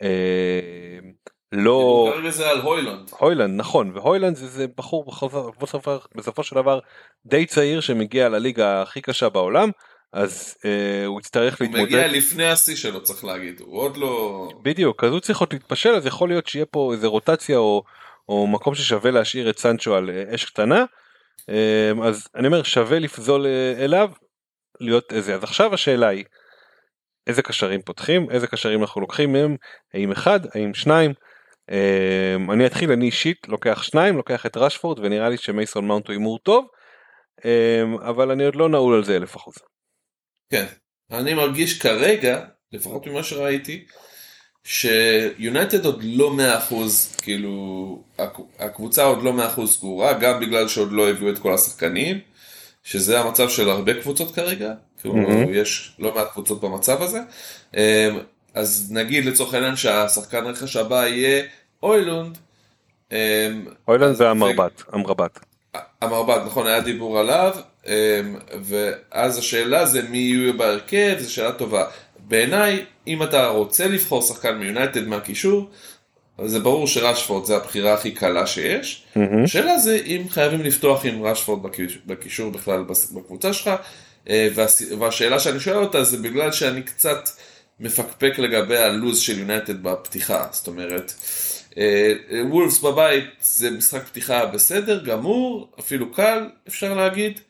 לא... כרגע זה על הוילנד. הוילנד, נכון, והוילנד זה בחור בסופו של דבר די צעיר שמגיע לליגה הכי קשה בעולם, אז הוא יצטרך להתמודד. הוא מגיע לפני השיא שלו, צריך להגיד, הוא עוד לא... בדיוק, אז הוא צריך להתפשל, אז יכול להיות שיהיה פה איזה רוטציה או מקום ששווה להשאיר את סנצ'ו על אש קטנה, אז אני אומר, שווה לפזול אליו, להיות איזה. אז עכשיו השאלה היא, איזה קשרים פותחים, איזה קשרים אנחנו לוקחים מהם, האם אחד, האם שניים, אני אתחיל, אני אישית לוקח שניים, לוקח את רשפורד, ונראה לי שמייסון מאונט הוא הימור טוב, אבל אני עוד לא נעול על זה 1000%. כן, אני מרגיש כרגע, לפחות ממה שראיתי, שיונייטד עוד לא 100%, כאילו, הקבוצה עוד לא 100% סגורה, גם בגלל שעוד לא הביאו את כל השחקנים, שזה המצב של הרבה קבוצות כרגע, כאילו יש לא מעט קבוצות במצב הזה, אז נגיד לצורך העניין שהשחקן רכש הבא יהיה אוילונד, אוילונד זה המרבט, נכון, היה דיבור עליו, ואז השאלה זה מי יהיו בהרכב, זו שאלה טובה. בעיניי, אם אתה רוצה לבחור שחקן מיונייטד מהקישור, זה ברור שרשפורד זה הבחירה הכי קלה שיש. השאלה זה אם חייבים לפתוח עם רשפורד בקישור בכלל בקבוצה שלך, והשאלה שאני שואל אותה זה בגלל שאני קצת מפקפק לגבי הלוז של יונייטד בפתיחה, זאת אומרת, וולפס בבית זה משחק פתיחה בסדר, גמור, אפילו קל, אפשר להגיד.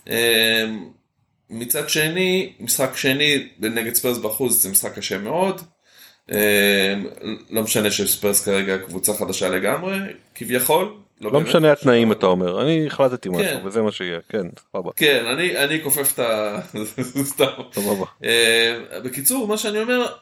מצד שני, משחק שני נגד ספרס בחוץ זה משחק קשה מאוד. לא משנה שספרס כרגע קבוצה חדשה לגמרי, כביכול. לא משנה התנאים אתה אומר, אני החלטתי משהו וזה מה שיהיה, כן, סבבה. כן, אני כופף את ה... סבבה. בקיצור, מה שאני אומר,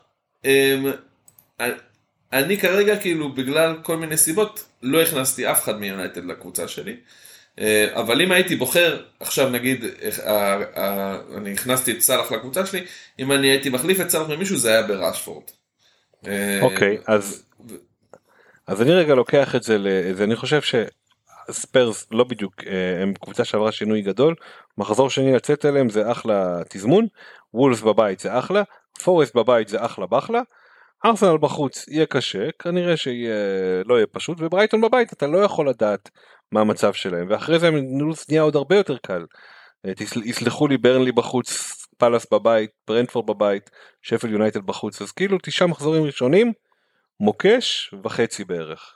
אני כרגע כאילו בגלל כל מיני סיבות לא הכנסתי אף אחד מיונייטד לקבוצה שלי, אבל אם הייתי בוחר, עכשיו נגיד אני הכנסתי את סלח לקבוצה שלי, אם אני הייתי מחליף את סלח ממישהו זה היה ברשפורד. אוקיי, אז אני רגע לוקח את זה, אני חושב שספרס לא בדיוק, הם קבוצה שעברה שינוי גדול, מחזור שני לצאת אליהם זה אחלה תזמון, וולס בבית זה אחלה, פורסט בבית זה אחלה בחלה, ארסנל בחוץ יהיה קשה, כנראה שלא יהיה פשוט, וברייטון בבית אתה לא יכול לדעת מה המצב שלהם, ואחרי זה נולס נהיה עוד הרבה יותר קל, יסלחו לי ברנלי בחוץ, פלאס בבית, ברנטפורד בבית, שפל יונייטד בחוץ, אז כאילו 9 מחזורים ראשונים, מוקש וחצי בערך.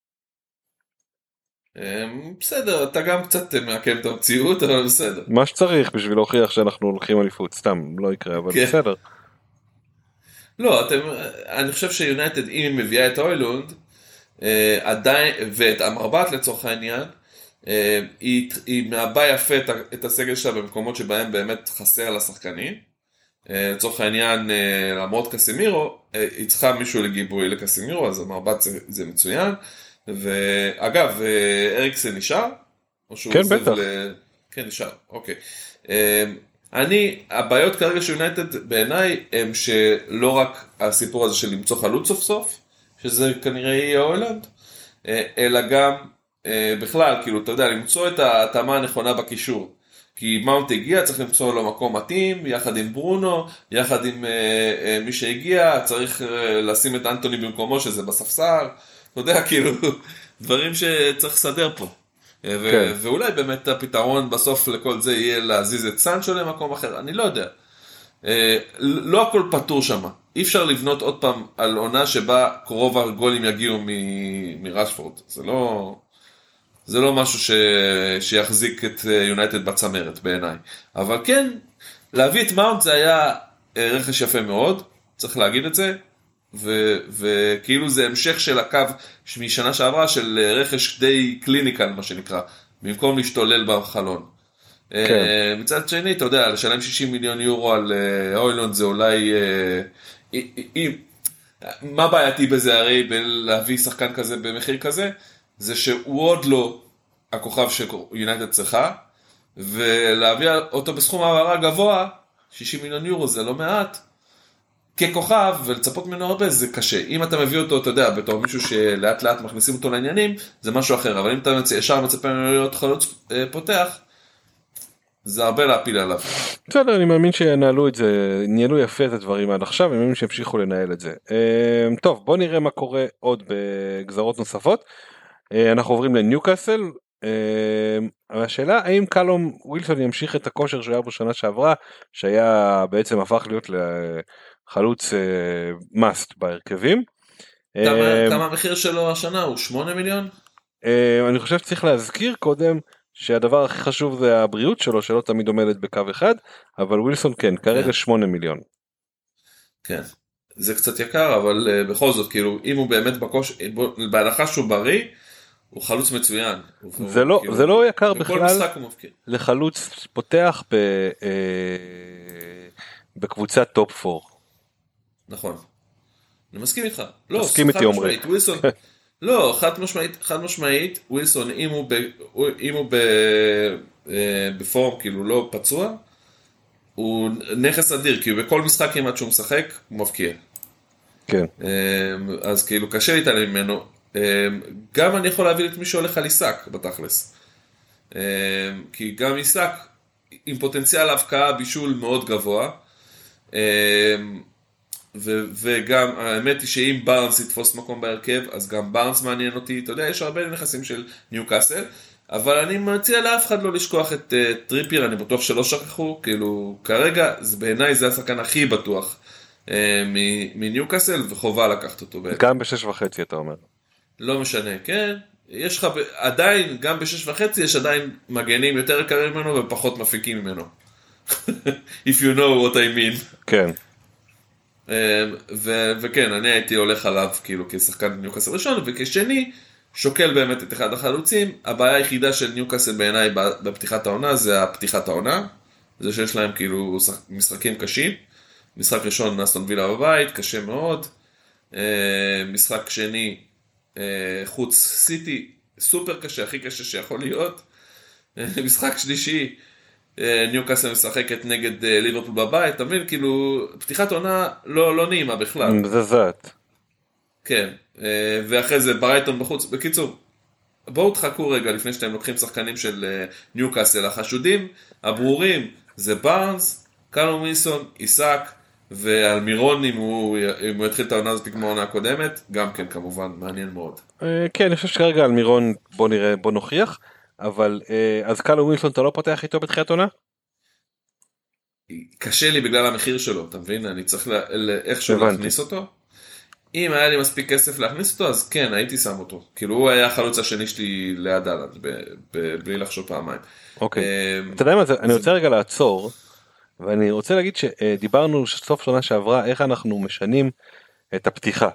בסדר, אתה גם קצת מעקם את המציאות, אבל בסדר. מה שצריך בשביל להוכיח שאנחנו הולכים אליפות, סתם, לא יקרה, אבל בסדר. לא, אני חושב שיונייטד, אם היא מביאה את אוילונד, עדיין, ואת המרבט לצורך העניין, היא מעבה יפה את הסגל שלה במקומות שבהם באמת חסר לשחקנים. לצורך העניין, למרות קסימירו, היא צריכה מישהו לגיבוי לקסימירו, אז המרבט זה מצוין. ואגב, אריקסן נשאר? כן, בטח. כן, נשאר, אוקיי. הבעיות כרגע של יונייטד בעיניי הם שלא רק הסיפור הזה של למצוא חלוץ סוף סוף, שזה כנראה יהיה הולנד, אלא גם בכלל, כאילו, אתה יודע, למצוא את ההתאמה הנכונה בקישור. כי מאונט הגיע, צריך למצוא לו מקום מתאים, יחד עם ברונו, יחד עם מי שהגיע, צריך לשים את אנטוני במקומו שזה בספסל, אתה יודע, כאילו, דברים שצריך לסדר פה. ואולי באמת הפתרון בסוף לכל זה יהיה להזיז את סנצ'ו למקום אחר, אני לא יודע. לא הכל פתור שם. אי אפשר לבנות עוד פעם על עונה שבה קרוב הגולים יגיעו מרשפורד. זה לא משהו שיחזיק את יונייטד בצמרת בעיניי. אבל כן, להביא את מאונט זה היה רכש יפה מאוד, צריך להגיד את זה. וכאילו זה המשך של הקו משנה שעברה של רכש די קליניקל מה שנקרא, במקום להשתולל בחלון. מצד שני, אתה יודע, לשלם 60 מיליון יורו על אוילונד זה אולי, מה בעייתי בזה הרי להביא שחקן כזה במחיר כזה, זה שהוא עוד לא הכוכב שיונייטד צריכה, ולהביא אותו בסכום העברה גבוה, 60 מיליון יורו זה לא מעט, ככוכב ולצפות ממנו הרבה זה קשה. אם אתה מביא אותו, אתה יודע, בתור מישהו שלאט לאט מכניסים אותו לעניינים, זה משהו אחר. אבל אם אתה ישר מצפה ממנו להיות חלוץ פותח, זה הרבה להפיל עליו. בסדר, אני מאמין שינהלו את זה, ניהלו יפה את הדברים עד עכשיו, אני מאמין שימשיכו לנהל את זה. טוב, בוא נראה מה קורה עוד בגזרות נוספות. אנחנו עוברים לניוקאסל. השאלה האם קלום ווילסון ימשיך את הכושר שהיה בשנה שעברה, שהיה בעצם הפך להיות לחלוץ מאסט בהרכבים. כמה המחיר שלו השנה? הוא 8 מיליון? אני חושב שצריך להזכיר קודם שהדבר הכי חשוב זה הבריאות שלו, שלא תמיד עומדת בקו אחד, אבל ווילסון כן, כרגע 8 מיליון. כן, זה קצת יקר, אבל בכל זאת, כאילו, אם הוא באמת בהנחה שהוא בריא, הוא חלוץ מצוין. זה לא יקר בכלל לחלוץ פותח בקבוצת טופ 4. נכון. אני מסכים איתך. מסכים איתי אומרי. לא, חד משמעית, ווילסון, אם הוא בפורם, כאילו לא פצוע, הוא נכס אדיר, כי בכל משחק כמעט שהוא משחק, הוא מבקיע. כן. אז כאילו קשה להתעלם ממנו. גם אני יכול להביא את מי שהולך על עיסק בתכלס. כי גם עיסק עם פוטנציאל ההבקעה בישול מאוד גבוה. וגם האמת היא שאם בארנס יתפוס מקום בהרכב, אז גם בארנס מעניין אותי. אתה יודע, יש הרבה נכסים של ניוקאסל, אבל אני מציע לאף אחד לא לשכוח את טריפייר, אני בטוח שלא שכחו, כאילו כרגע בעיניי זה השחקן הכי בטוח מניוקאסל, וחובה לקחת אותו. גם ב6.5 אתה אומר. לא משנה, כן. יש לך עדיין, גם ב6.5 יש עדיין מגנים יותר יקרים ממנו ופחות מפיקים ממנו. If you know what I mean. כן. וכן, אני הייתי הולך עליו כאילו כשחקן ניוקאסל ראשון, וכשני שוקל באמת את אחד החלוצים. הבעיה היחידה של ניוקאסל בעיניי בפתיחת העונה זה הפתיחת העונה, זה שיש להם כאילו משחקים קשים. משחק ראשון אסטון וילה בבית, קשה מאוד. משחק שני חוץ סיטי, סופר קשה, הכי קשה שיכול להיות. משחק שלישי ניוקאסל משחקת נגד ליברפול בבית, אתה מבין, כאילו פתיחת עונה לא נעימה בכלל. מזעזעת. כן, ואחרי זה ברייטון בחוץ. בקיצור, בואו תחכו רגע לפני שאתם לוקחים שחקנים של ניוקאסל. החשודים הברורים זה בארנס, קלום ווילסון, עיסק, ועל מירון אם הוא יתחיל את העונה הזאת כמו העונה הקודמת, גם כן כמובן מעניין מאוד. כן, אני חושב שכרגע על מירון בוא נראה, בוא נוכיח. אבל אז קלום ווילסון אתה לא פותח איתו בתחילת עונה? קשה לי בגלל המחיר שלו, אתה מבין? אני צריך איכשהו להכניס אותו. אם היה לי מספיק כסף להכניס אותו, אז כן, הייתי שם אותו. כאילו הוא היה החלוץ השני שלי ליד אהלנד, בלי לחשוב פעמיים. אוקיי. אתה יודע מה, אני רוצה רגע לעצור, ואני רוצה להגיד שדיברנו סוף שנה שעברה, איך אנחנו משנים את הפתיחה.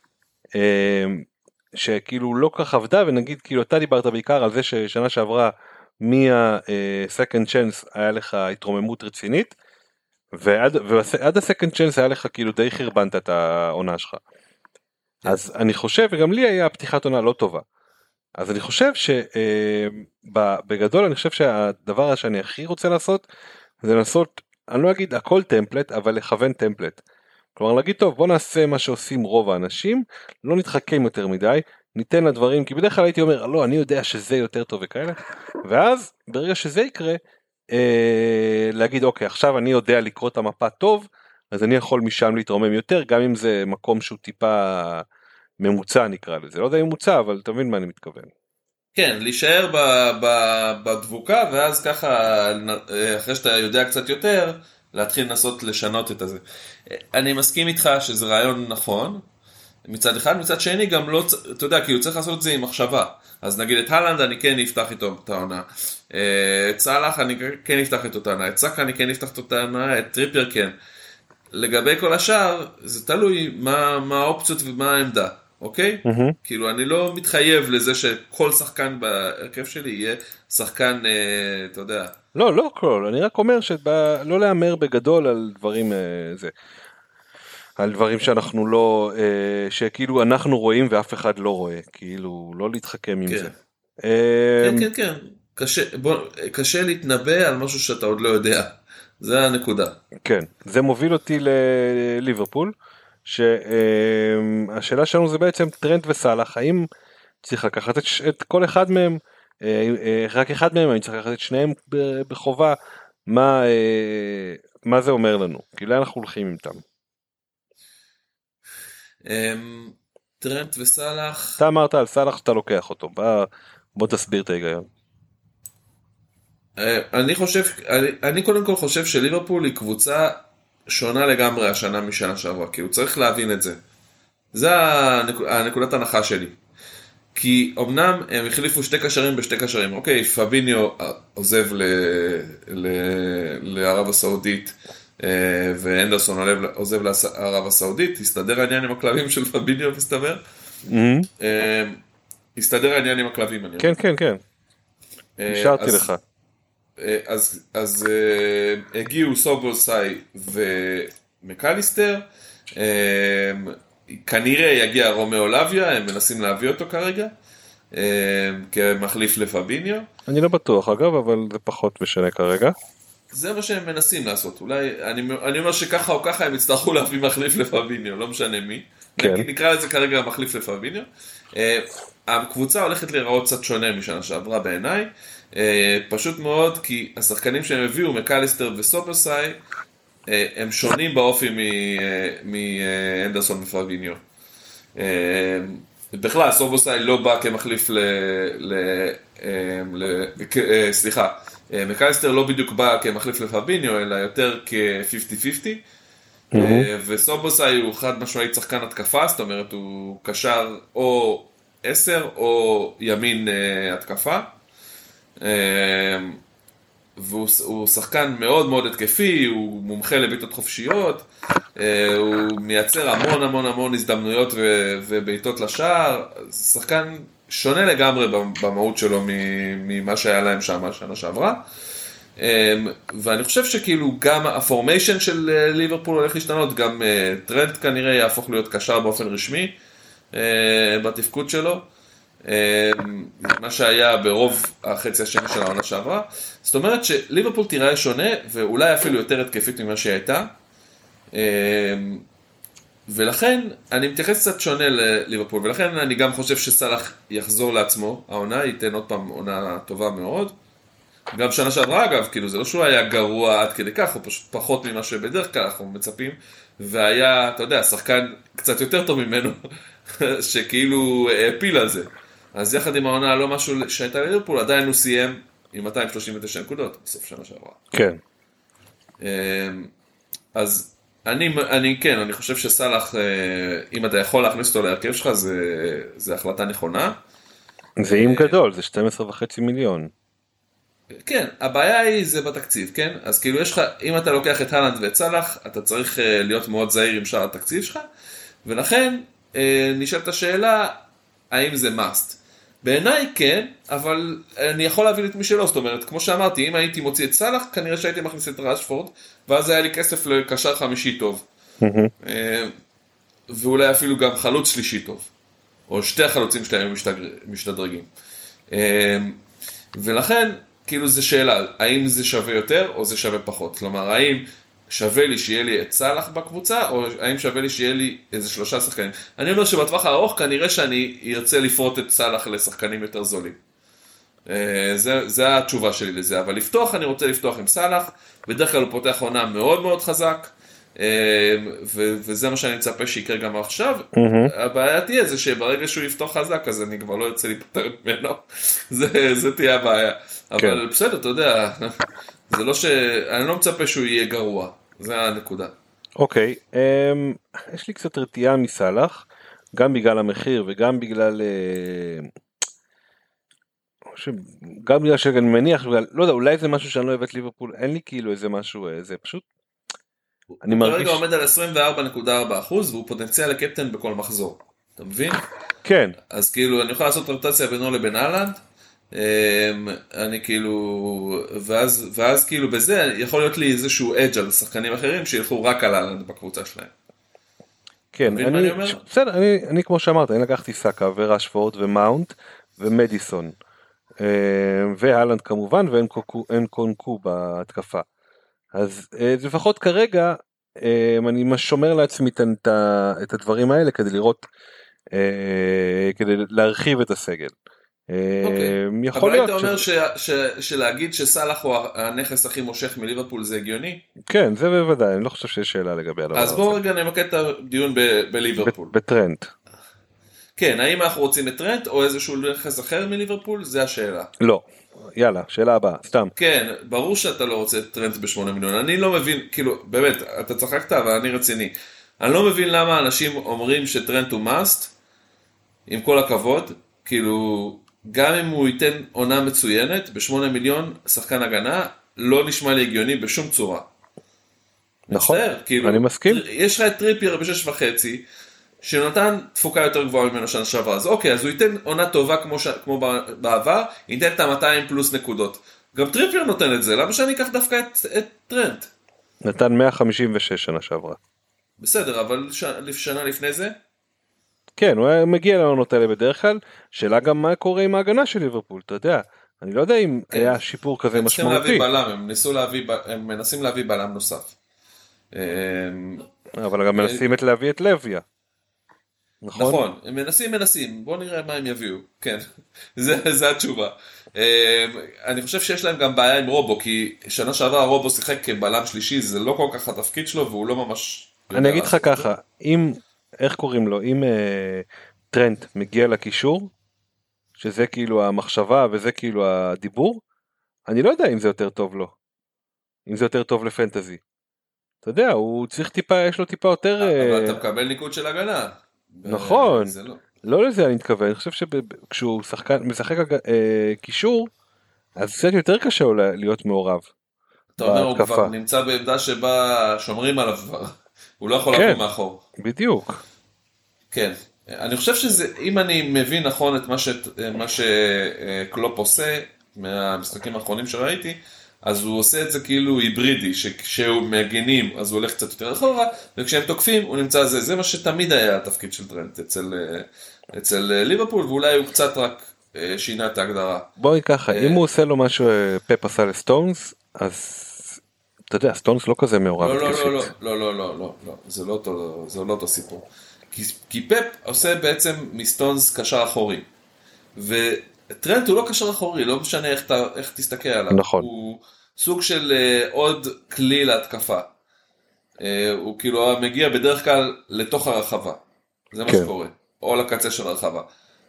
שכאילו לא כך עבדה, ונגיד כאילו אתה דיברת בעיקר על זה ששנה שעברה מה-second chance היה לך התרוממות רצינית, ועד ה-second chance היה לך כאילו די חרבנת את העונה שלך. אז אני חושב, וגם לי היה פתיחת עונה לא טובה, אז אני חושב שבגדול אני חושב שהדבר שאני הכי רוצה לעשות, זה לנסות, אני לא אגיד הכל טמפלט, אבל לכוון טמפלט. כלומר להגיד טוב בוא נעשה מה שעושים רוב האנשים, לא נתחכם יותר מדי, ניתן לדברים, כי בדרך כלל הייתי אומר לא אני יודע שזה יותר טוב וכאלה, ואז ברגע שזה יקרה להגיד אוקיי עכשיו אני יודע לקרוא את המפה טוב, אז אני יכול משם להתרומם יותר, גם אם זה מקום שהוא טיפה ממוצע נקרא לזה, לא יודע אם ממוצע אבל תבין מה אני מתכוון. כן, להישאר בדבוקה ואז ככה אחרי שאתה יודע קצת יותר להתחיל לנסות לשנות את זה. אני מסכים איתך שזה רעיון נכון, מצד אחד, מצד שני גם לא, אתה יודע, כאילו צריך לעשות את זה עם מחשבה. אז נגיד את הלנד אני כן אפתח איתו את העונה, את סלאח אני כן אפתח איתו את העונה, את סאקה אני כן אפתח את העונה, את טריפייר כן. לגבי כל השאר, זה תלוי מה האופציות ומה העמדה, אוקיי? כאילו אני לא מתחייב לזה שכל שחקן בהרכב שלי יהיה שחקן, אתה יודע. לא כל, אני רק אומר שלא להאמר בגדול על דברים זה. על דברים שאנחנו לא, שכאילו אנחנו רואים ואף אחד לא רואה, כאילו לא להתחכם עם זה. כן, קשה להתנבא על משהו שאתה עוד לא יודע. זה הנקודה. כן, זה מוביל אותי לליברפול, שהשאלה שלנו זה בעצם טרנט וסלאח, האם צריך לקחת את כל אחד מהם, רק אחד מהם, אני צריך לקחת את שניהם בחובה, מה זה אומר לנו? כי לאן אנחנו הולכים איתם? טרנט וסלאח. אתה אמרת על סלאח שאתה לוקח אותו, בוא תסביר את ההיגיון. אני קודם כל חושב שליברפול היא קבוצה שונה לגמרי השנה משנה שעברה, כי הוא צריך להבין את זה. זה הנקודת הנחה שלי. כי אמנם הם החליפו שתי קשרים בשתי קשרים. אוקיי, פביניו עוזב לערב הסעודית, ואנדרסון עוזב לערב הסעודית. הסתדר העניין עם הכלבים של פביניו, מסתבר. הסתדר העניין עם הכלבים. כן, כן, כן. נשארתי לך. אז הגיעו סובוסאי ומקליסטר, כנראה יגיע רומאו לויה, הם מנסים להביא אותו כרגע, כמחליף לפביניו. אני לא בטוח אגב, אבל זה פחות משנה כרגע. זה מה שהם מנסים לעשות, אולי, אני אומר שככה או ככה הם יצטרכו להביא מחליף לפביניו, לא משנה מי. כן. נקרא לזה כרגע מחליף לפביניו. הקבוצה הולכת להיראות קצת שונה משנה שעברה בעיניי, פשוט מאוד כי השחקנים שהם הביאו, מקליסטר וסופרסאי, הם שונים באופי מאנדרסון ופביניו. בכלל, סופרסאי לא בא כמחליף סליחה, מקליסטר לא בדיוק בא כמחליף לפביניו, אלא יותר כ-50-50, וסופרסאי הוא חד משמעית שחקן התקפה, זאת אומרת הוא קשר או 10 או ימין התקפה, והוא שחקן מאוד מאוד התקפי, הוא מומחה לביתות חופשיות, הוא מייצר המון הזדמנויות ובעיטות לשער, שחקן שונה לגמרי במהות שלו ממה שהיה להם שם שנה שעברה, ואני חושב שכאילו גם הפורמיישן של ליברפול הולך להשתנות, גם טרנט כנראה יהפוך להיות קשר באופן רשמי בתפקוד שלו, מה שהיה ברוב החצי השני של העונה שעברה. זאת אומרת שליברפול תיראה שונה ואולי אפילו יותר התקפית ממה שהיא הייתה, ולכן אני מתייחס קצת שונה לליברפול, ולכן אני גם חושב שסלאח יחזור לעצמו, העונה ייתן עוד פעם עונה טובה מאוד, גם שנה שעברה אגב, כאילו זה לא שהוא היה גרוע עד כדי כך, הוא פשוט פחות ממה שבדרך כלל אנחנו מצפים, והיה, אתה יודע, שחקן קצת יותר טוב ממנו, שכאילו הפיל על זה. אז יחד עם העונה לא משהו שהייתה לליברפול, עדיין הוא סיים עם 239 נקודות בסוף שנה שעברה. כן. אז אני חושב שסלאח, אם אתה יכול להכניס אותו להרכב שלך, זה החלטה נכונה. זה עם גדול, זה 12.5 מיליון. כן, הבעיה היא זה בתקציב, כן? אז כאילו יש לך, אם אתה לוקח את הלנד ואת סלאח, אתה צריך להיות מאוד זהיר עם שאר התקציב שלך, ולכן נשאלת השאלה, האם זה must? בעיניי כן, אבל אני יכול להבין את מי שלא, זאת אומרת, כמו שאמרתי, אם הייתי מוציא את סלאח, כנראה שהייתי מכניס את רשפורד, ואז היה לי כסף לקשר חמישי טוב. ואולי אפילו גם חלוץ שלישי טוב. או שתי החלוצים שלהם משתדרגים. ולכן, כאילו זה שאלה, האם זה שווה יותר או זה שווה פחות? כלומר, האם שווה לי שיהיה לי את סלאח בקבוצה, או האם שווה לי שיהיה לי איזה 3 שחקנים? אני אומר שבטווח הארוך כנראה שאני ארצה לפרוט את סלאח לשחקנים יותר זולים. זה התשובה שלי לזה, אבל לפתוח, אני רוצה לפתוח עם סלאח, בדרך כלל הוא פותח עונה מאוד מאוד חזק, וזה מה שאני מצפה שיקרה גם עכשיו. הבעיה תהיה זה שברגע שהוא יפתוח חזק, אז אני כבר לא יוצא להיפטר ממנו, זה תהיה הבעיה. אבל בסדר, אתה יודע, זה לא אני לא מצפה שהוא יהיה גרוע, זה הנקודה. אוקיי, יש לי קצת רתיעה מסלאח, גם בגלל המחיר וגם בגלל, שאני מניח, לא יודע, אולי זה משהו שאני לא אוהב את ליברפול, אין לי כאילו איזה משהו, זה פשוט, אני מרגיש... כרגע עומד על 24.4% והוא פוטנציאל לקפטן בכל מחזור, אתה מבין? כן. אז כאילו אני יכול לעשות רוטציה בינו לבין הלנד, אני כאילו, ואז כאילו בזה יכול להיות לי איזשהו אדג' על שחקנים אחרים שילכו רק על הלנד בקבוצה שלהם. כן, בסדר, אני כמו שאמרת, אני לקחתי סאקה ורשפורד ומאונט ומדיסון והלנד כמובן ואין קונקו בהתקפה. אז לפחות כרגע אני שומר לעצמי את הדברים האלה כדי לראות, כדי להרחיב את הסגל. אבל היית אומר שלהגיד שסלאח הוא הנכס הכי מושך מליברפול זה הגיוני? כן, זה בוודאי, אני לא חושב שיש שאלה לגבי הדבר הזה. אז בואו רגע נמקד את הדיון בליברפול. בטרנט. כן, האם אנחנו רוצים את טרנט או איזשהו נכס אחר מליברפול? זה השאלה. לא, יאללה, שאלה הבאה, סתם. כן, ברור שאתה לא רוצה את טרנט ב8 מיליון. אני לא מבין, כאילו, באמת, אתה צחקת, אבל אני רציני. אני לא מבין למה אנשים אומרים שטרנט הוא must, עם כל הכבוד, כאילו, גם אם הוא ייתן עונה מצוינת, ב8 מיליון, שחקן הגנה, לא נשמע לי הגיוני בשום צורה. נכון, כאילו, אני מסכים. יש לך את טריפייר ב6.5, שנתן תפוקה יותר גבוהה ממנו שנה שעברה, אז אוקיי, אז הוא ייתן עונה טובה כמו בעבר, ייתן את ה-200 פלוס נקודות. גם טריפייר נותן את זה, למה שאני אקח דווקא את טרנט? נתן 156 שנה שעברה. בסדר, אבל שנה לפני זה? כן, הוא מגיע לעונות האלה בדרך כלל, שאלה גם מה קורה עם ההגנה של ליברפול, אתה יודע, אני לא יודע אם היה שיפור כזה משמעותי. הם מנסים להביא בלם נוסף. אבל גם מנסים להביא את לויה. נכון, הם מנסים, בוא נראה מה הם יביאו, כן, זה התשובה. אני חושב שיש להם גם בעיה עם רובו, כי שנה שעברה רובו שיחק כבלם שלישי, זה לא כל כך התפקיד שלו, והוא לא ממש... אני אגיד לך ככה, אם, איך קוראים לו, אם טרנט מגיע לקישור, שזה כאילו המחשבה וזה כאילו הדיבור, אני לא יודע אם זה יותר טוב לו, אם זה יותר טוב לפנטזי. אתה יודע, הוא צריך טיפה, יש לו טיפה יותר... אבל אתה מקבל ניקוד של הגנה. נכון, לא לזה אני מתכוון, אני חושב שכשהוא משחק קישור, אז קצת יותר קשה להיות מעורב. אתה אומר, הוא כבר נמצא בעמדה שבה שומרים עליו כבר, הוא לא יכול לבוא מאחור. בדיוק. כן, אני חושב שזה, אם אני מבין נכון את מה שקלופ עושה, מהמשחקים האחרונים שראיתי, אז הוא עושה את זה כאילו היברידי, שכשהוא מגנים אז הוא הולך קצת יותר אחורה, וכשהם תוקפים הוא נמצא זה מה שתמיד היה התפקיד של טרנט אצל ליברפול, ואולי הוא קצת רק שינה את ההגדרה. בואי ככה, אם הוא עושה לו משהו פפ עשה לסטונס, אז אתה יודע, סטונס לא כזה מעורב התקפית. לא, זה לא אותו סיפור. כי פפ עושה בעצם מסטונס קשר אחורי, וטרנט הוא לא קשר אחורי, לא משנה איך תסתכל עליו. נכון. הוא סוג של עוד כלי להתקפה. הוא כאילו מגיע בדרך כלל לתוך הרחבה. זה מה שקורה. או לקצה של הרחבה.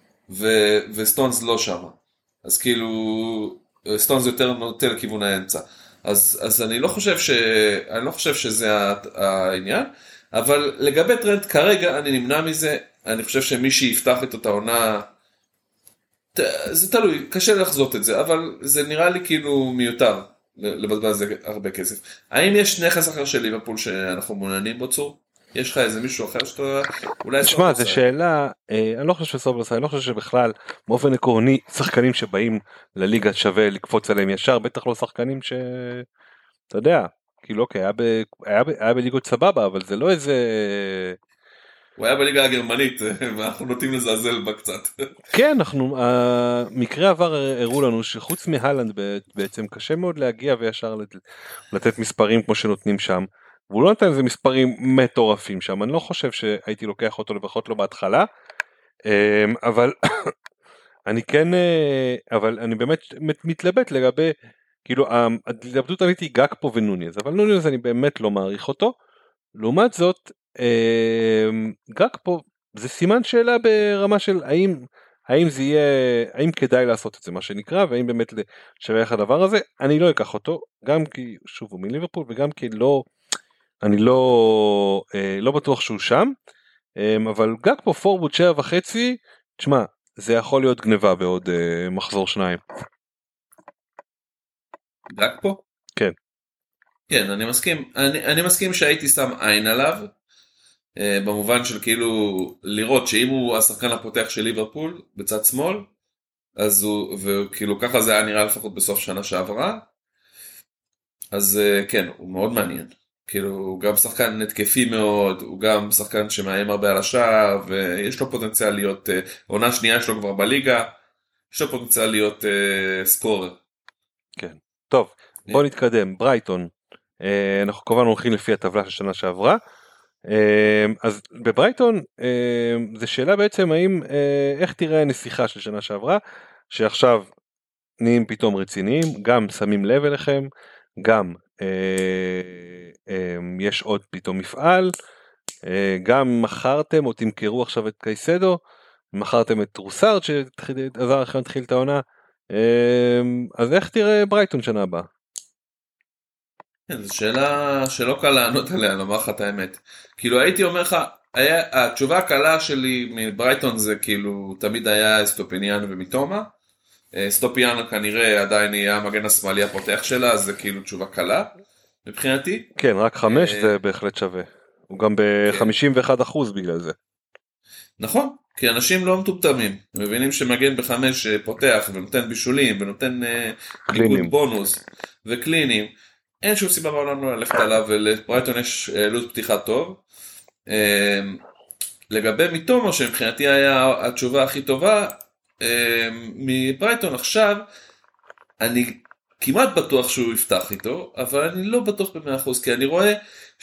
וסטונס לא שם. אז כאילו, סטונס יותר נוטה לכיוון האמצע. אז אני לא חושב שזה העניין. אבל לגבי טרנט כרגע אני נמנע מזה. אני חושב שמי שיפתח את אותה עונה, זה תלוי, קשה לחזות את זה, אבל זה נראה לי כאילו מיותר לבזבז הרבה כסף. האם יש נכס אחר של ליברפול שאנחנו מעוניינים בו, צור? יש לך איזה מישהו אחר שאתה אולי... תשמע, זו שאלה, אני לא חושב שסובלסה, אני לא חושב שבכלל באופן עקרוני שחקנים שבאים לליגה שווה לקפוץ עליהם ישר, בטח לא שחקנים ש... אתה יודע, כאילו אוקיי, היה בליגות סבבה, אבל זה לא איזה... הוא היה בליגה הגרמנית, ואנחנו נוטים לזלזל בה קצת. כן, מקרה עבר הראו לנו שחוץ מהלנד בעצם קשה מאוד להגיע וישר לתת מספרים כמו שנותנים שם, והוא לא נתן איזה מספרים מטורפים שם, אני לא חושב שהייתי לוקח אותו לפחות לא בהתחלה, אבל אני באמת מתלבט לגבי, כאילו, ההתלבטות הייתי גאקפו ונוניז, אבל נוניז אני באמת לא מעריך אותו, לעומת זאת, גאקפו זה סימן שאלה ברמה של האם זה יהיה, האם כדאי לעשות את זה מה שנקרא, והאם באמת שווה איך הדבר הזה. אני לא אקח אותו, גם כי שוב הוא מליברפול, וגם כי אני לא בטוח שהוא שם, אבל גאקפו פורבוט 7.5, תשמע, זה יכול להיות גניבה בעוד מחזור 2. גאקפו? כן. כן, אני מסכים שהייתי שם עין עליו, במובן של כאילו לראות שאם הוא השחקן הפותח של ליברפול בצד שמאל, אז הוא, וכאילו ככה זה היה נראה לפחות בסוף שנה שעברה, אז כן, הוא מאוד מעניין. כאילו הוא גם שחקן התקפי מאוד, הוא גם שחקן שמאיים הרבה על השער, ויש לו פוטנציאל להיות, עונה שנייה שלו כבר בליגה, יש לו פוטנציאל להיות סקורר. כן, טוב, בוא נתקדם. ברייטון אנחנו כמובן הולכים לפי הטבלה של שנה שעברה. אז בברייטון זה שאלה בעצם האם איך תראה הנסיכה של שנה שעברה, שעכשיו נהיים פתאום רציניים, גם שמים לב אליכם, גם יש עוד פתאום מפעל, גם מכרתם או תמכרו עכשיו את קייסדו, מכרתם את רוסארד שעזר לכם להתחיל את העונה, אז איך תראה ברייטון שנה הבאה? כן, זו שאלה שלא קל לענות עליה, לומר לך את האמת. כאילו הייתי אומר לך, התשובה הקלה שלי מברייטון זה כאילו תמיד היה סטופיניאן ומיטומה. סטופיניאן כנראה עדיין יהיה המגן השמאלי הפותח שלה, אז זה כאילו תשובה קלה מבחינתי. כן, רק 5 זה בהחלט שווה. הוא גם ב-51% בגלל זה. נכון, כי אנשים לא מטומטמים, מבינים שמגן ב5 פותח ונותן בישולים ונותן ניקוד בונוס וקלינים. אין שום סיבה בעולם לא ללכת עליו, ולברייטון יש לוז פתיחה טוב. לגבי מיטומה, שמבחינתי היה התשובה הכי טובה, מברייטון עכשיו, אני כמעט בטוח שהוא יפתח איתו, אבל אני לא בטוח ב100%, כי אני רואה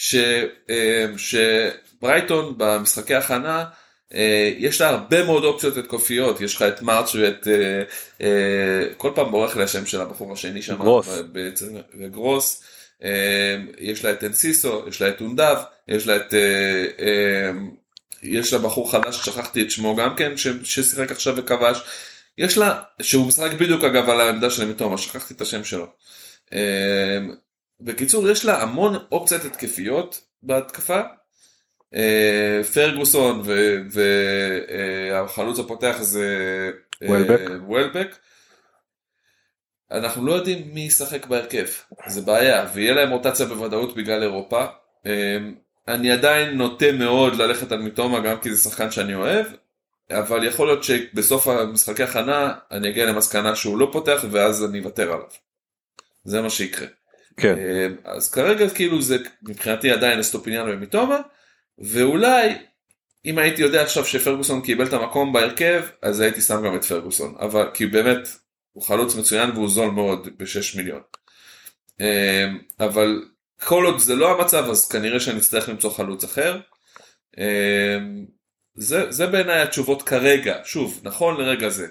שברייטון במשחקי הכנה, יש לה הרבה מאוד אופציות התקופיות, יש לך את מרץ' ואת, כל פעם בורח לי השם של הבחור השני שם, גרוס, יש לה את אנסיסו, יש לה את אונדב, יש לה בחור חדש ששכחתי את שמו גם כן, ששיחק עכשיו וכבש, יש לה, שהוא משחק בדיוק אגב על העמדה של מיטומה, שכחתי את השם שלו. בקיצור, יש לה המון אופציות התקפיות בהתקפה, פרגוסון והחלוץ הפותח זה וולבק. אנחנו לא יודעים מי ישחק בהרכב, זה בעיה, ויהיה להם רוטציה בוודאות בגלל אירופה. אני עדיין נוטה מאוד ללכת על מיטומה, גם כי זה שחקן שאני אוהב, אבל יכול להיות שבסוף המשחקי הכנה אני אגיע למסקנה שהוא לא פותח, ואז אני אוותר עליו. זה מה שיקרה. כן. אז כרגע כאילו זה מבחינתי עדיין סטופיניאן ומיטומה, ואולי אם הייתי יודע עכשיו שפרגוסון קיבל את המקום בהרכב, אז הייתי שם גם את פרגוסון, אבל כי באמת הוא חלוץ מצוין והוא זול מאוד ב6 מיליון. אבל כל עוד זה לא המצב, אז כנראה שאני אצטרך למצוא חלוץ אחר. זה בעיניי התשובות כרגע, שוב, נכון לרגע זה.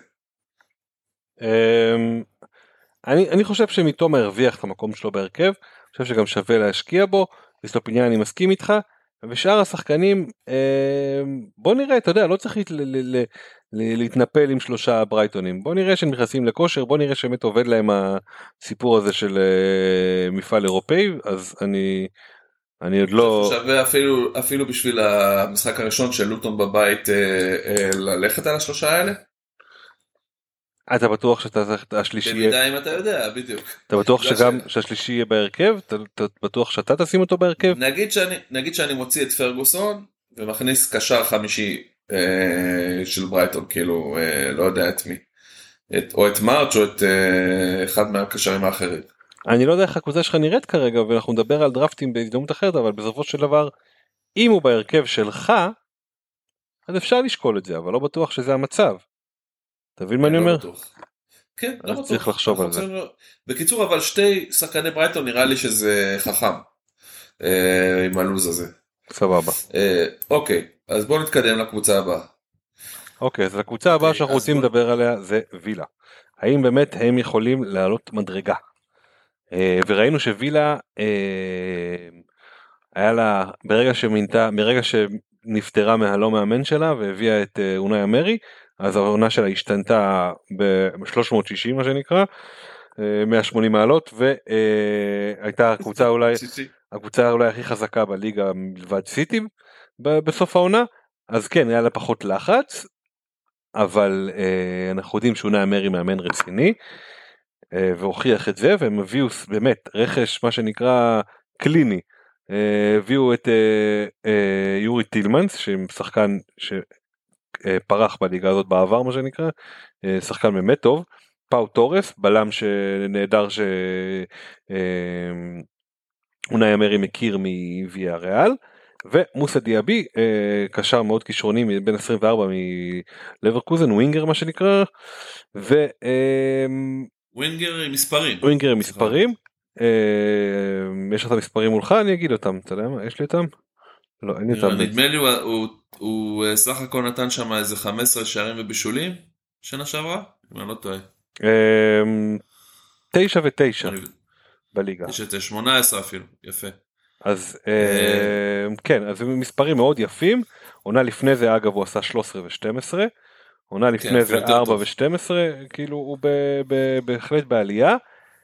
אני חושב שמיטומה הרוויח את המקום שלו בהרכב, אני חושב שגם שווה להשקיע בו, בסטופיניאן אני מסכים איתך, ושאר השחקנים, בוא נראה, אתה יודע, לא צריך להתנפל עם 3 ברייטונים, בוא נראה שהם נכנסים לכושר, בוא נראה שבאמת עובד להם הסיפור הזה של מפעל אירופאי, אז אני עוד לא... שווה אפילו בשביל המשחק הראשון של לוטון בבית ללכת על 3 האלה? אתה בטוח שאתה השלישי... במידה אם אתה יודע, בדיוק. אתה בטוח שגם שהשלישי יהיה בהרכב? אתה בטוח שאתה תשים אותו בהרכב? נגיד שאני מוציא את פרגוסון ומכניס קשר חמישי של ברייטון, כאילו לא יודע את מי. או את מרץ' או את אחד מהקשרים האחרים. אני לא יודע איך הקבוצה שלך נראית כרגע, ואנחנו נדבר על דרפטים בהזדמנות אחרת, אבל בסופו של דבר, אם הוא בהרכב שלך, אז אפשר לשקול את זה, אבל לא בטוח שזה המצב. תבין מה אני אומר? כן, לא בטוח. צריך לחשוב על זה. בקיצור, אבל 2 שחקני ברייטון נראה לי שזה חכם, עם הלוז הזה. סבבה. אוקיי, אז בואו נתקדם לקבוצה הבאה. אוקיי, אז הקבוצה הבאה שאנחנו רוצים לדבר עליה זה וילה. האם באמת הם יכולים לעלות מדרגה? וראינו שווילה היה לה ברגע שנפטרה מהלא מאמן שלה והביאה את אונאי אמרי, אז העונה שלה השתנתה ב-360 מה שנקרא, 180 מעלות, והייתה הקבוצה אולי הכי חזקה בליגה מלבד סיטי בסוף העונה. אז כן, היה לה פחות לחץ, אבל אנחנו יודעים שאונאי אמרי מאמן רציני, והוכיח את זה, והם הביאו באמת רכש מה שנקרא קליני, הביאו את יורי טילמנס, ששחקן שפרח בליגה הזאת בעבר מה שנקרא, שחקן באמת טוב, פאו טורס, בלם שנהדר שאונאי אמרי מכיר מוויה ריאל, ומוסא דיאבי, קשר מאוד כישרוני, בין 24 מלברקוזן, ווינגר מה שנקרא, ווינגר עם מספרים. ווינגר עם מספרים, יש לך את המספרים מולך, אני אגיד אותם, אתה יודע מה, יש לי אותם? לא, אין לי אותם. נדמה לי הוא סך הכל נתן שם איזה 15 שערים ובישולים שנה שעברה, אם אני לא טועה. 9 ו9 בליגה. 18 אפילו, יפה. אז כן, אז מספרים מאוד יפים. עונה לפני זה אגב הוא עשה 13 ו12, עונה לפני זה 4 ו12, כאילו הוא בהחלט בעלייה.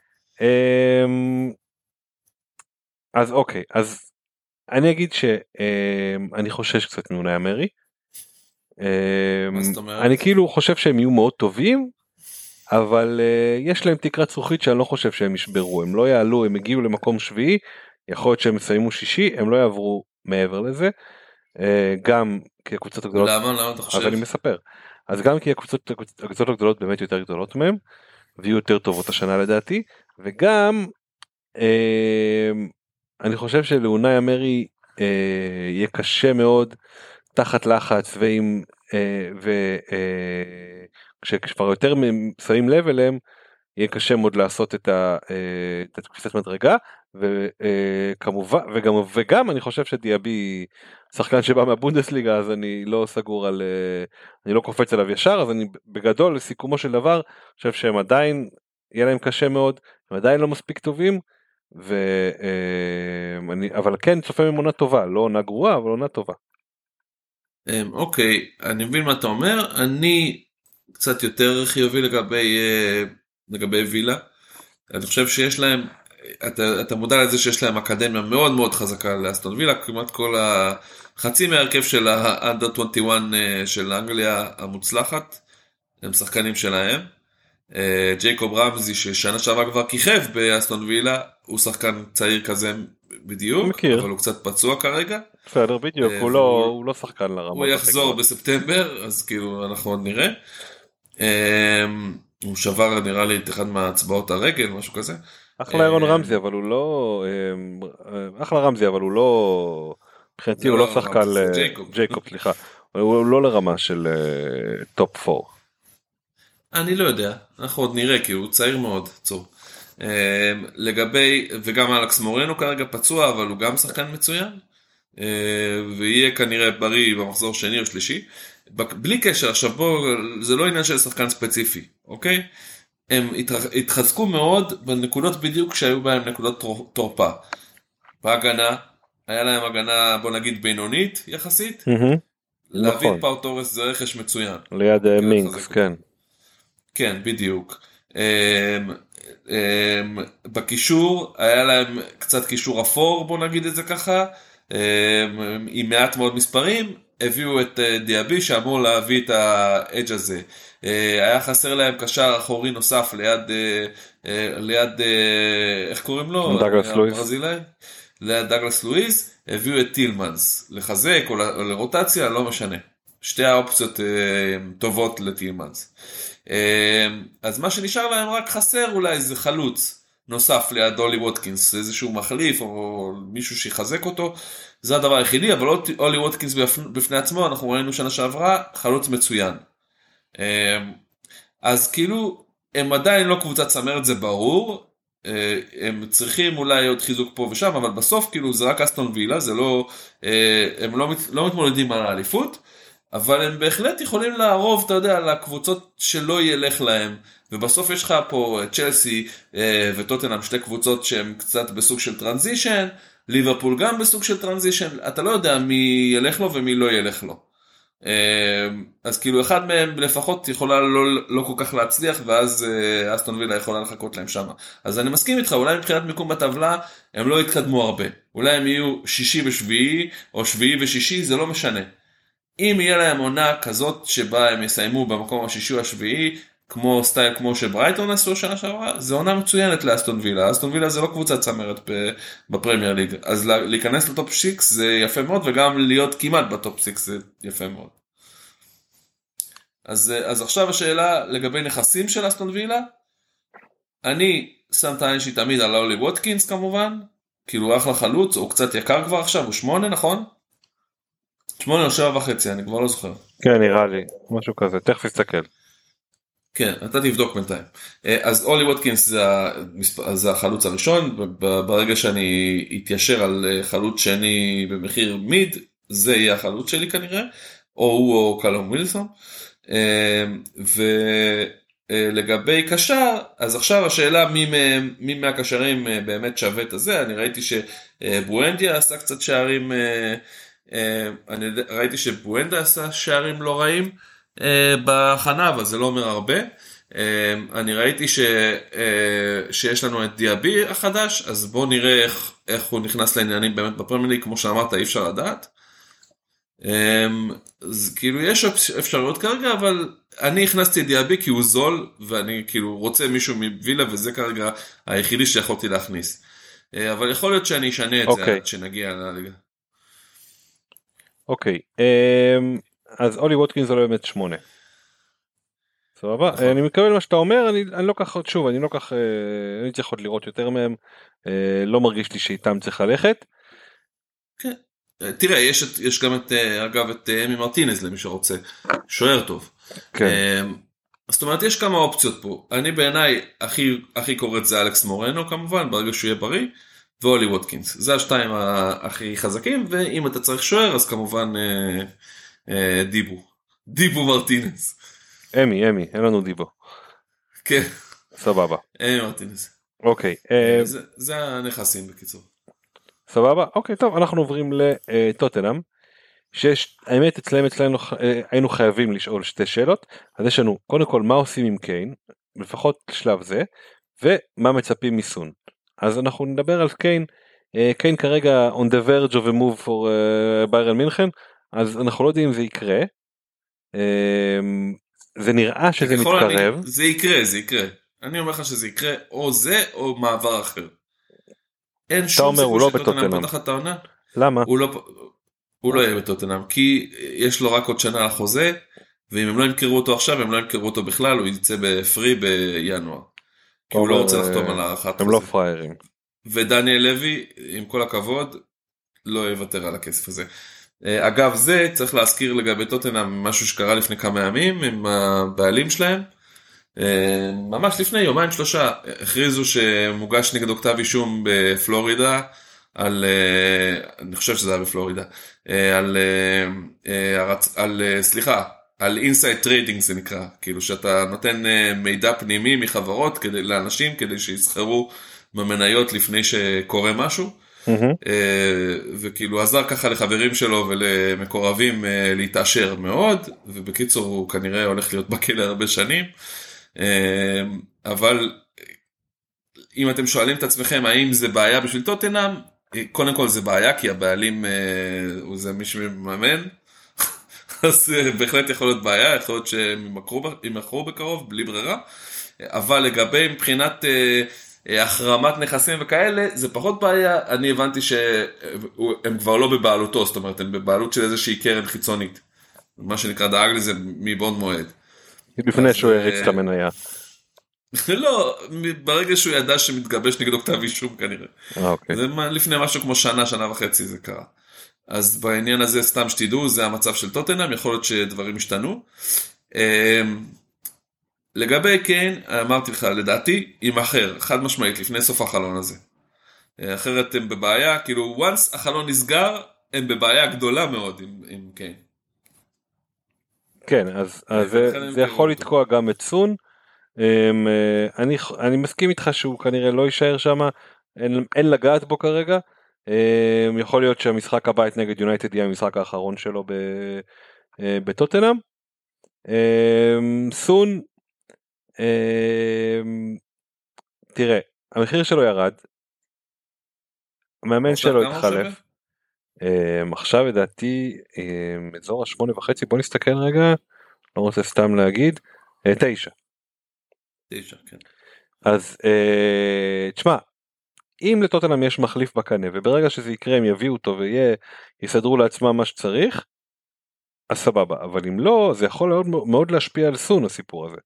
אז אוקיי, אז אני אגיד שאני חושש קצת מאונאי אמרי. אני כאילו חושב שהם יהיו מאוד טובים, אבל יש להם תקרת זכוכית שאני לא חושב שהם ישברו, הם לא יעלו, הם הגיעו למקום שביעי, יכול להיות שהם יסיימו שישי, הם לא יעברו מעבר לזה, גם כי הקבוצות הגדולות, למה אתה חושב? אז אני מספר, אז גם כי הקבוצות הגדולות באמת יותר גדולות מהם, ויהיו יותר טובות השנה לדעתי, וגם אני חושב שלאונאי אמרי יהיה קשה מאוד תחת לחץ ועם כשכבר יותר שמים לב אליהם יהיה קשה מאוד לעשות את הקפיצת מדרגה, וכמובן וגם אני חושב שדיאבי שחקן שבא מהבונדסליגה, אז אני לא סגור על, אני לא קופץ עליו ישר, אז אני בגדול לסיכומו של דבר חושב שהם עדיין יהיה להם קשה מאוד, הם עדיין לא מספיק טובים, אבל כן צופה ממונה טובה, לא עונה גרועה אבל עונה טובה. אוקיי, אני מבין מה אתה אומר, אני קצת יותר חיובי לגבי וילה. אני חושב שיש להם, אתה מודע לזה שיש להם אקדמיה מאוד מאוד חזקה לאסטון וילה, כמעט כל חצי מהרכב של האנדר 21 של אנגליה המוצלחת, הם שחקנים שלהם. ג'ייקוב רמזי ששנה שעברה כבר כיכב באסטון וילה, הוא שחקן צעיר כזה בדיוק, אבל הוא קצת פצוע כרגע. בסדר, בדיוק, הוא לא שחקן לרמה. הוא יחזור בספטמבר, אז כאילו אנחנו עוד נראה. הוא שבר נראה לי את אחד מהצבעות הרגל, משהו כזה. אחלה אירון רמזי, אבל הוא לא, אחלה רמזי, אבל הוא לא, מבחינתי הוא לא שחקן, ג'ייקוב, סליחה, הוא לא לרמה של טופ 4. אני לא יודע, אנחנו עוד נראה, כי הוא צעיר מאוד, צור. לגבי, וגם אלכס מורנו כרגע פצוע, אבל הוא גם שחקן מצוין, ויהיה כנראה בריא במחזור שני או שלישי. בלי קשר, עכשיו בוא, זה לא עניין של שחקן ספציפי, אוקיי? הם התחזקו מאוד בנקודות בדיוק שהיו בהם נקודות תורפה. בהגנה, היה להם הגנה, בוא נגיד, בינונית יחסית. להביא את פאו טורס זה רכש מצוין. ליד מינקס, כן. כן, בדיוק. בקישור, היה להם קצת קישור אפור, בוא נגיד את זה ככה, עם מעט מאוד מספרים, הביאו את דיאבי שאמור להביא את האדג' הזה. היה חסר להם קשר אחורי נוסף ליד איך קוראים לו? דאגלס לואיס. ליד דאגלס לואיס, הביאו את טילמנס, לחזק או לרוטציה, לא משנה. שתי האופציות טובות לטילמנס. אז מה שנשאר להם רק חסר אולי זה חלוץ נוסף ליד אולי ווטקינס, איזשהו מחליף או מישהו שיחזק אותו, זה הדבר היחידי, אבל אולי ווטקינס בפני עצמו, אנחנו ראינו שנה שעברה, חלוץ מצוין. אז כאילו, הם עדיין לא קבוצת צמרת, זה ברור, הם צריכים אולי עוד חיזוק פה ושם, אבל בסוף כאילו זה רק אסטון וילה, זה לא, הם לא מתמודדים על האליפות, אבל הם בהחלט יכולים לערוב, אתה יודע, לקבוצות שלא ילך להם, ובסוף יש לך פה צ'לסי וטוטנהאם, שתי קבוצות שהן קצת בסוג של טרנזישן, ליברפול גם בסוג של טרנזישן, אתה לא יודע מי ילך לו ומי לא ילך לו. אז כאילו אחד מהם לפחות יכולה לא כל כך להצליח, ואז אסטון וילה יכולה לחכות להם שם. אז אני מסכים איתך, אולי מבחינת מיקום בטבלה, הם לא יתקדמו הרבה. אולי הם יהיו שישי ושביעי, או שביעי ושישי, זה לא משנה. אם יהיה להם עונה כזאת שבה הם יסיימו במקום השישי או השביעי, כמו סטייל כמו שברייטון עשו שנה שעברה, זה עונה מצוינת לאסטון וילה. אסטון וילה זה לא קבוצה צמרת בפרמייר ליג, אז להיכנס לטופ 6 זה יפה מאוד, וגם להיות כמעט בטופ 6 זה יפה מאוד. אז עכשיו השאלה לגבי נכסים של אסטון וילה, אני שם את העין שלי תמיד על אולי ווטקינס כמובן, כאילו אחלה חלוץ, הוא קצת יקר כבר עכשיו, הוא 8 נכון? 8 או 7.5, אני כבר לא זוכר. כן, נראה לי, משהו כזה, תכף תסתכל. כן, אתה תבדוק בינתיים. אז אולי ווטקינס זה החלוץ הראשון, ברגע שאני אתיישר על חלוץ שני במחיר מיד, זה יהיה החלוץ שלי כנראה, או הוא או קלום ווילסון. ולגבי קשר, אז עכשיו השאלה מי מהקשרים באמת שווה את הזה, אני ראיתי שבואנדיה עשה קצת שערים, אני ראיתי שבואנדיה עשה שערים לא רעים, בהכנה, אבל זה לא אומר הרבה. אני ראיתי שיש לנו את דיאבי החדש, אז בואו נראה איך הוא נכנס לעניינים באמת בפרמייר ליג, כמו שאמרת, אי אפשר לדעת. אז כאילו יש אפשרויות כרגע, אבל אני הכנסתי את דיאבי כי הוא זול, ואני כאילו רוצה מישהו מווילה, וזה כרגע היחידי שיכולתי להכניס. אבל יכול להיות שאני אשנה את זה עד שנגיע לליגה. אוקיי, אז אולי ווטקינס זה לא באמת 8. סבבה, אני מקבל מה שאתה אומר, אני לא כך, שוב, אני לא כך, אני צריך עוד לראות יותר מהם, לא מרגיש לי שאיתם צריך ללכת. כן, תראה, יש גם אגב את אמי מרטינז למי שרוצה, שוער טוב. כן. זאת אומרת, יש כמה אופציות פה. אני בעיניי הכי קוראת זה אלכס מורנו כמובן, ברגע שהוא יהיה בריא, ואולי ווטקינס. זה השתיים הכי חזקים, ואם אתה צריך שוער, אז כמובן דיבו מרטינז. אמי, אין לנו דיבו. כן. סבבה. אמי מרטינז. אוקיי. זה הנכסים בקיצור. סבבה, אוקיי, טוב, אנחנו עוברים לטוטנהאם, האמת אצלנו היינו חייבים לשאול שתי שאלות, אז יש לנו קודם כל מה עושים עם קיין, לפחות שלב זה, ומה מצפים מסון. אז אנחנו נדבר על קיין, קיין כרגע on the verge of a move for ביירן מינכן, אז אנחנו לא יודעים אם זה יקרה, זה נראה שזה מתקרב. זה יקרה, אני אומר לך שזה יקרה, או זה או מעבר אחר. אין שום סיכוי שטוטנהאם פותחת את העונה. למה? הוא לא יהיה בטוטנהאם, כי יש לו רק עוד שנה לחוזה, ואם הם לא ימכרו אותו עכשיו, הם לא ימכרו אותו בכלל, הוא יצא בפרי בינואר. כי הוא לא רוצה לחתום על הארכת חוזה. הם לא פריירים. ודניאל לוי, עם כל הכבוד, לא יוותר על הכסף הזה. אגב, זה צריך להזכיר לגבי טוטנהאם, משהו שקרה לפני כמה ימים, עם הבעלים שלהם. ממש לפני יומיים שלושה, הכריזו שמוגש נגדו כתב אישום בפלורידה, אני חושב שזה היה בפלורידה, על אינסייד טריידינג זה נקרא, כאילו שאתה נותן מידע פנימי מחברות לאנשים כדי שיסחרו במניות לפני שקורה משהו, וכאילו עזר ככה לחברים שלו ולמקורבים להתעשר מאוד, ובקיצור הוא כנראה הולך להיות בכלא הרבה שנים, אבל אם אתם שואלים את עצמכם האם זה בעיה בשביל טוטנהאם, קודם כל זה בעיה כי הבעלים הוא זה מי שמממן, אז בהחלט יכול להיות בעיה, יכול להיות שהם ימכרו בקרוב בלי ברירה, אבל לגבי מבחינת החרמת נכסים וכאלה זה פחות בעיה. אני הבנתי שהם כבר לא בבעלותו, זאת אומרת הם בבעלות של איזושהי קרן חיצונית, מה שנקרא דאג לזה מבעוד מועד, לפני שהוא הריץ את המניה. לא, ברגע שהוא ידע שמתגבש נגדו כתב אישום כנראה. זה לפני משהו כמו שנה וחצי זה קרה. אז בעניין הזה סתם שתדעו, זה המצב של טוטנהאם, יכול להיות שדברים השתנו. לגבי קיין, אמרתי לך, לדעתי, עם אחר, חד משמעית, לפני סוף החלון הזה. אחרת הם בבעיה, כאילו, once החלון נסגר, הם בבעיה גדולה מאוד עם קיין. כן, אז זה יכול לתקוע גם את סון. אני מסכים איתך שהוא כנראה לא יישאר שם, אין לגעת בו כרגע. יכול להיות שהמשחק הבית נגד יונייטד יהיה המשחק האחרון שלו בטוטנהאם. סון, תראה, המחיר שלו ירד, המאמן שלו התחלף, עכשיו לדעתי אזור 8.5, בוא נסתכל רגע, לא רוצה סתם להגיד, 9. כן. אז תשמע, אם לטוטנהאם יש מחליף בקנה, וברגע שזה יקרה הם יביאו אותו ויסדרו לעצמם מה שצריך, אז סבבה, אבל אם לא, זה יכול מאוד להשפיע על סון הסיפור הזה.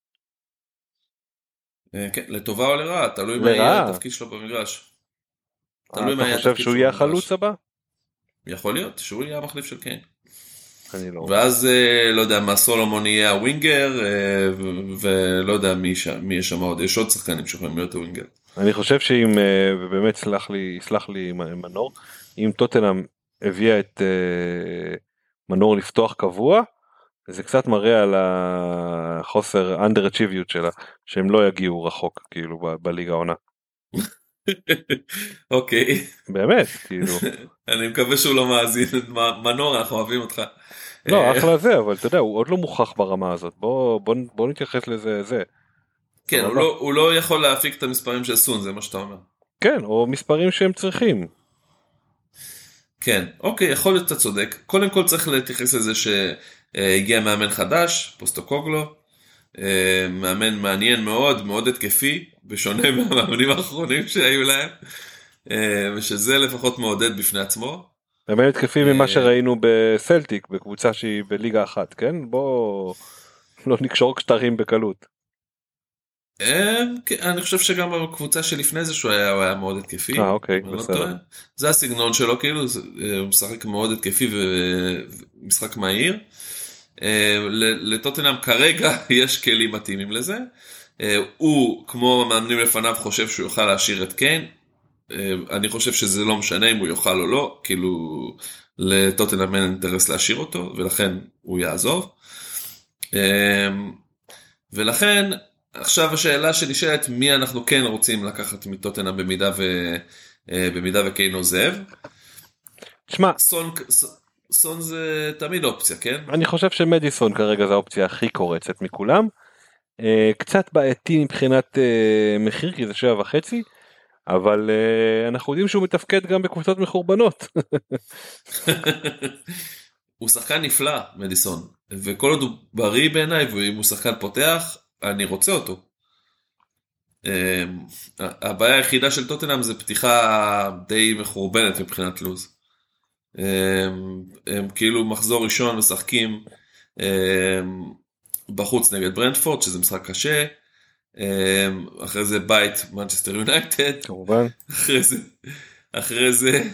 כן, לטובה או לרעה, תלוי מה יהיה התפקיד שלו במגרש. אתה חושב שהוא יהיה החלוץ הבא? יכול להיות, שהוא יהיה המחליף של קיין. אני לא. ואז לא יודע מה, סולומון יהיה הווינגר, ולא יודע מי יהיה שם עוד, יש עוד שחקנים שיכולים להיות הווינגר. אני חושב שאם, ובאמת סלח לי מנור, אם טוטנהאם הביאה את מנור לפתוח קבוע, זה קצת מראה על החוסר underachievement שלה, שהם לא יגיעו רחוק כאילו בליגה העונה. אוקיי. באמת, כאילו. אני מקווה שהוא לא מאזין, מנור, אנחנו אוהבים אותך. לא, אחלה זה, אבל אתה יודע, הוא עוד לא מוכח ברמה הזאת, בוא נתייחס לזה זה. כן, הוא לא יכול להפיק את המספרים של סון, זה מה שאתה אומר. כן, או מספרים שהם צריכים. כן, אוקיי, יכול להיות אתה צודק. קודם כל צריך להתייחס לזה שהגיע מאמן חדש, פוסטוקוגלו, מאמן מעניין מאוד, מאוד התקפי, בשונה מהמאמנים האחרונים שהיו להם, ושזה לפחות מעודד בפני עצמו. מאמן התקפי ממה שראינו בסלטיק, בקבוצה שהיא בליגה אחת, כן? בוא לא נקשור קשתרים בקלות. אני חושב שגם בקבוצה שלפני זה שהוא היה מאוד התקפי. אוקיי, בסדר. זה הסגנון שלו, כאילו, הוא משחק מאוד התקפי ומשחק מהיר. לטוטנהאם כרגע יש כלים מתאימים לזה. הוא, כמו המאמנים לפניו, חושב שהוא יוכל להשאיר את קיין. אני חושב שזה לא משנה אם הוא יוכל או לא, כאילו לטוטנהאם אין אינטרס להשאיר אותו, ולכן הוא יעזוב. ולכן, עכשיו השאלה שנשאלת, מי אנחנו כן רוצים לקחת מטוטנהאם במידה וקיין עוזב? תשמע, סון זה תמיד אופציה, כן? אני חושב שמדיסון כרגע זה האופציה הכי קורצת מכולם. קצת בעייתי מבחינת מחיר, כי זה 7.5, אבל אנחנו יודעים שהוא מתפקד גם בקבוצות מחורבנות. הוא שחקן נפלא, מדיסון, וכל עוד הוא בריא בעיניי, ואם הוא שחקן פותח, אני רוצה אותו. הבעיה היחידה של טוטנהאם זה פתיחה די מחורבנת מבחינת לוז. הם כאילו מחזור ראשון משחקים בחוץ נגד ברנטפורד, שזה משחק קשה. אחרי זה בית מנצ'סטר יונייטד. כמובן. אחרי זה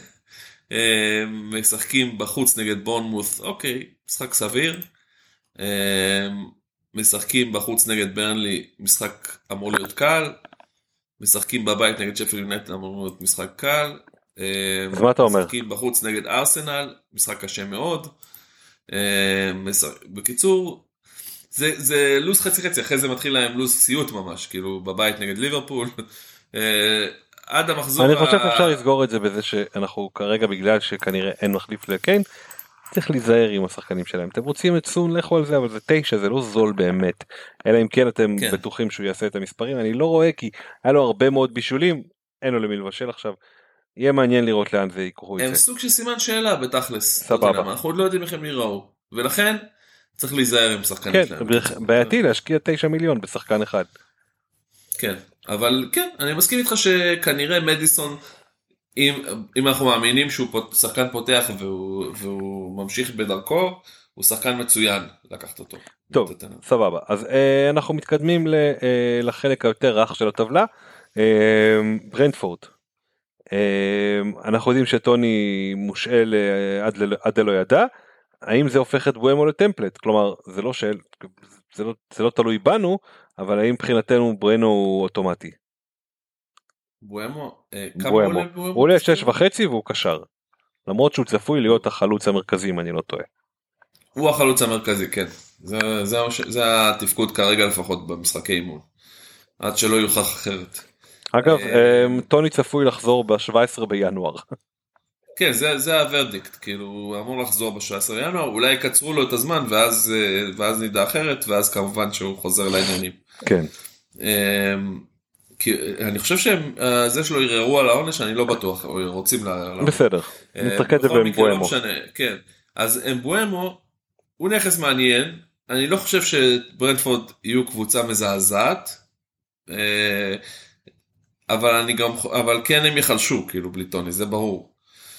משחקים בחוץ נגד בורנמות', אוקיי, משחק סביר. משחקים בחוץ נגד ברנלי, משחק אמור להיות קל. משחקים בבית נגד שפילד יונייטד, אמור להיות משחק קל. אז מה אתה אומר? משחקים בחוץ נגד ארסנל, משחק קשה מאוד. בקיצור, זה לוז חצי חצי, אחרי זה מתחיל להם לוז סיוט ממש, כאילו בבית נגד ליברפול. עד המחזור... אני חושב שאפשר לסגור את זה בזה שאנחנו כרגע, בגלל שכנראה אין מחליף לקיין, צריך להיזהר עם השחקנים שלהם. אתם רוצים את סון, לכו על זה, אבל זה 9, זה לא זול באמת. אלא אם כן אתם בטוחים שהוא יעשה את המספרים. אני לא רואה, כי היה לו הרבה מאוד בישולים, אין לו למי לבשל עכשיו. יהיה מעניין לראות לאן זה יקחו את זה. הם סוג של סימן שאלה בתכלס. סבבה. אנחנו עוד לא יודעים איך הם יראו. ולכן צריך להיזהר עם שחקנים שלהם. כן, בעייתי להשקיע 9 מיליון בשחקן אחד. כן, אבל כן, אני מסכים איתך שכנראה מדיסון, אם אנחנו מאמינים שהוא שחקן פותח והוא ממשיך בדרכו, הוא שחקן מצוין לקחת אותו. טוב, סבבה. אז אנחנו מתקדמים לחלק היותר רך של הטבלה. ברנטפורד. אנחנו יודעים שטוני מושאל עד ללא ידע. האם זה הופך את בואמו לטמפלט? כלומר, זה לא תלוי בנו, אבל האם מבחינתנו בואמו הוא אוטומטי? בואמו? הוא עולה 6.5 והוא קשר. למרות שהוא צפוי להיות החלוץ המרכזי, אם אני לא טועה. הוא החלוץ המרכזי, כן. זה התפקוד כרגע לפחות במשחקי אימון. עד שלא יוכח אחרת. אגב, טוני צפוי לחזור ב-17 בינואר. כן, זה הוורדיקט, כאילו הוא אמור לחזור ב-17 בינואר, אולי יקצרו לו את הזמן ואז נדע אחרת, ואז כמובן שהוא חוזר לעניינים. כן. אני חושב שזה שלו ירערו על העונש, אני לא בטוח, או רוצים בסדר, נתרקד את זה באמבואמו. כן, אז אמבואמו הוא נכס מעניין, אני לא חושב שברנטפורד יהיו קבוצה מזעזעת, אבל כן הם יחלשו, כאילו בלי טוני, זה ברור.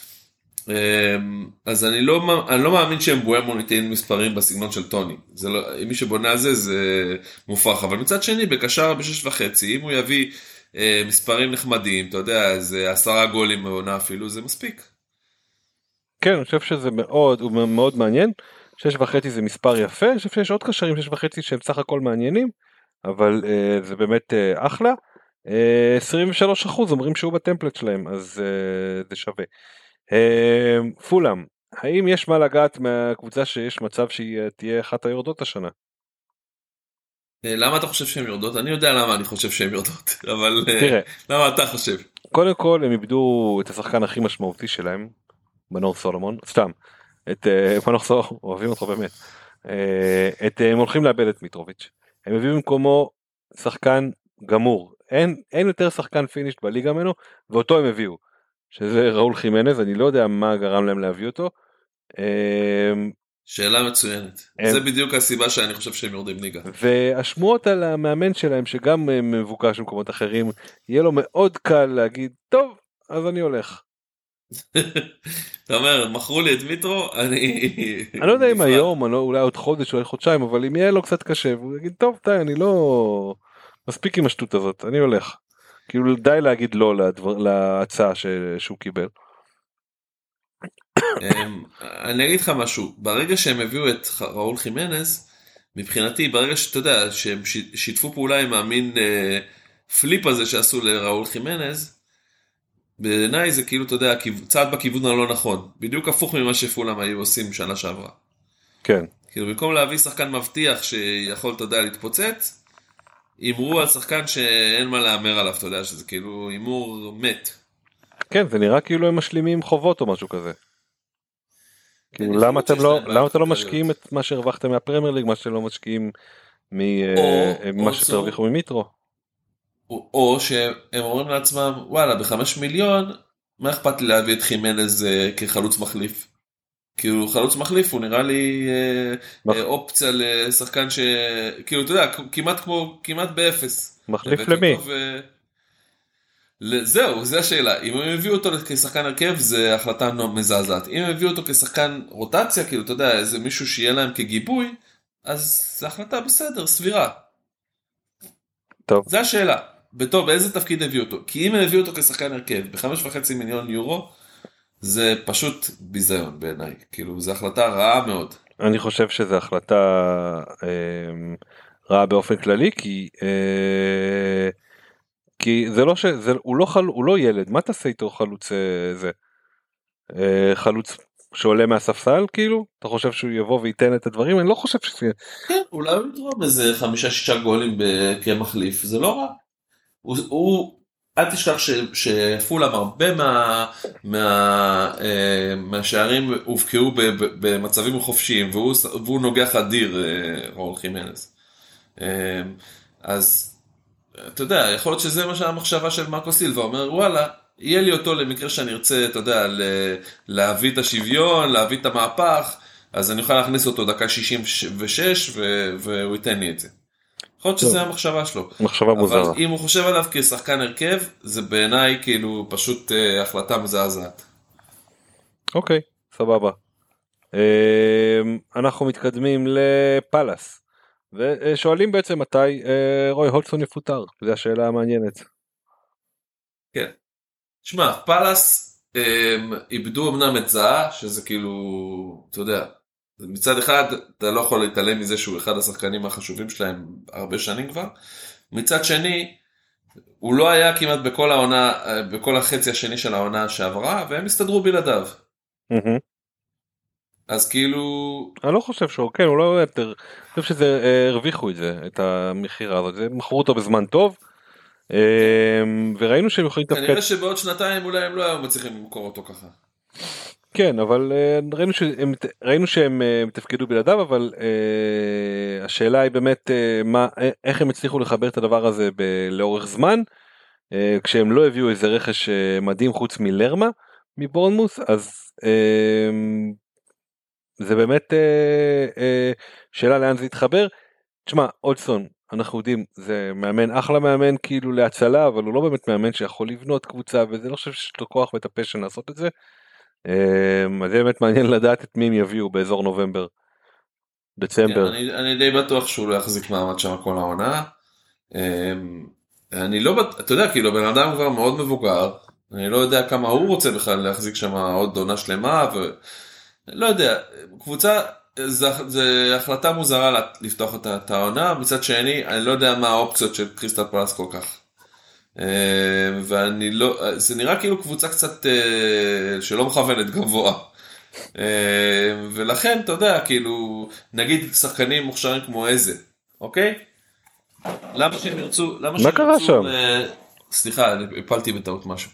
אז אני לא מאמין שאמבואמו ניתן מספרים בסגנון של טוני. מי שבונה על זה זה מופרך, אבל מצד שני בקשר ב6.5, אם הוא יביא מספרים נחמדים, אתה יודע, איזה 10 גולים בעונה אפילו, זה מספיק. כן, אני חושב שזה מאוד מעניין. 6.5 זה מספר יפה, אני חושב שיש עוד קשרים 6.5 שהם סך הכל מעניינים, אבל זה באמת אחלה. 23% אומרים שהוא בטמפלט שלהם, אז זה שווה. פולאם, האם יש מה לגעת מהקבוצה שיש מצב שהיא תהיה אחת היורדות השנה? למה אתה חושב שהן יורדות? אני יודע למה אני חושב שהן יורדות, אבל תראה, למה אתה חושב? קודם כל הם איבדו את השחקן הכי משמעותי שלהם, מנור סולומון, סתם, את מנור סולומון, אוהבים אותו באמת, הם הולכים לאבד את מיטרוביץ', הם הביאו במקומו שחקן גמור, אין יותר שחקן פיניש בליגה ממנו, ואותו הם הביאו, שזה ראול חימנז, אני לא יודע מה גרם להם להביא אותו. שאלה מצוינת, זה בדיוק הסיבה שאני חושב שהם יורדים ליגה. והשמועות על המאמן שלהם שגם מבוקש במקומות אחרים, יהיה לו מאוד קל להגיד, טוב, אז אני הולך. אתה אומר, מכרו לי את מיטרו, אני לא יודע אם היום, אולי עוד חודש או חודשיים, אבל אם יהיה לו קצת קשה, והוא יגיד, טוב, די, אני לא מספיק עם השטות הזאת, אני הולך. כאילו די להגיד לא להצעה שהוא קיבל. אני אגיד לך משהו, ברגע שהם הביאו את ראול חימנז, מבחינתי, ברגע שאתה יודע, שהם שיתפו פעולה עם המין פליפ הזה שעשו לראול חימנז, בעיניי זה כאילו, אתה יודע, צעד בכיוון הלא נכון, בדיוק הפוך ממה שפולאם היו עושים שנה שעברה. כן. כאילו במקום להביא שחקן מבטיח שיכול, אתה יודע, להתפוצץ, אמרו על שחקן שאין מה לאמר עליו, אתה יודע, שזה כאילו אמור מת. כן, זה נראה כאילו הם משלימים חובות או משהו כזה. כאילו, למה אתם לא משקיעים את מה שהרווחתם מהפרמייר ליג, מה שאתם לא משקיעים ממה שתרוויחו ממיטרו? או שהם אומרים לעצמם, וואלה, ב5 מיליון, מה אכפת לי להביא את חימנז כחלוץ מחליף? כאילו חלוץ מחליף הוא נראה לי אופציה לשחקן כאילו אתה יודע, כמעט באפס. מחליף למי? זהו, זו השאלה. אם הם הביאו אותו כשחקן הרכב, זה החלטה מזעזעת. אם הם הביאו אותו כשחקן רוטציה, כאילו אתה יודע, איזה מישהו שיהיה להם כגיבוי, אז זו החלטה בסדר, סבירה. טוב. זו השאלה. באיזה תפקיד הביאו אותו? כי אם הם הביאו אותו כשחקן הרכב, ב5.5 מיליון יורו, זה פשוט ביזיון בעיניי, כאילו זו החלטה רעה מאוד. אני חושב שזו החלטה רעה באופן כללי, כי זה לא הוא לא ילד, מה תעשה איתו חלוץ זה? חלוץ שעולה מהספסל כאילו? אתה חושב שהוא יבוא וייתן את הדברים? אני לא חושב שזה... כן, אולי הוא יתרום איזה 5-6 גולים כמחליף, זה לא רע. אל תשכח שפולאם הרבה מהשערים הובקעו במצבים חופשיים, והוא נוגח אדיר, ראול חימנז. אז אתה יודע, יכול להיות שזה מה שהמחשבה של מרקו סילבה, אומר וואלה, יהיה לי אותו למקרה שאני ארצה, אתה יודע, להביא את השוויון, להביא את המהפך, אז אני אוכל להכניס אותו דקה 66 והוא ייתן לי את זה. יכול להיות שזה המחשבה שלו. מחשבה מוזרה. אבל אם הוא חושב עליו כשחקן הרכב, זה בעיניי כאילו פשוט החלטה מזעזעת. אוקיי, סבבה. אנחנו מתקדמים לפלאס. ושואלים בעצם מתי רוי הולצון יפוטר. זו השאלה המעניינת. כן. שמע, פלאס איבדו אמנם את זהה, שזה כאילו, אתה יודע, מצד אחד אתה לא יכול להתעלם מזה שהוא אחד השחקנים החשובים שלהם הרבה שנים כבר, מצד שני הוא לא היה כמעט בכל העונה, בכל החצי השני של העונה שעברה, והם הסתדרו בלעדיו. אז כאילו... אני לא חושב שהוא, כן, הוא לא יותר, אני חושב שזה הרוויחו את זה, את המחירה הזאת, זה מכרו אותו בזמן טוב, וראינו שהם יכולים לתפקד... כנראה שבעוד שנתיים אולי הם לא היו מצליחים למכור אותו ככה. כן, אבל ראינו שהם תפקדו בלעדיו, אבל השאלה היא באמת איך הם הצליחו לחבר את הדבר הזה לאורך זמן, כשהם לא הביאו איזה רכש מדהים חוץ מלרמה מבורנמוס, אז זה באמת שאלה לאן זה יתחבר. תשמע, הולצון, אנחנו יודעים, זה מאמן, אחלה מאמן כאילו להצלה, אבל הוא לא באמת מאמן שיכול לבנות קבוצה, וזה לא חושב שיש לו כוח ואת הפשן לעשות את זה. אז זה באמת מעניין לדעת את מי הם יביאו באזור נובמבר, דצמבר. אני די בטוח שהוא לא יחזיק מעמד שם כל העונה. אני לא, אתה יודע, כאילו בן אדם כבר מאוד מבוגר, אני לא יודע כמה הוא רוצה בכלל להחזיק שם עוד עונה שלמה, ולא יודע, קבוצה, זו החלטה מוזרה לפתוח את העונה, מצד שני, אני לא יודע מה האופציות של קריסטל פלאס כל כך. ואני לא, זה נראה כאילו קבוצה קצת שלא מכוונת גבוה. ולכן, אתה יודע, כאילו, נגיד שחקנים מוכשרים כמו איזה, אוקיי? למה שהם ירצו, מה קרה שם? סליחה, הפלתי בטעות משהו.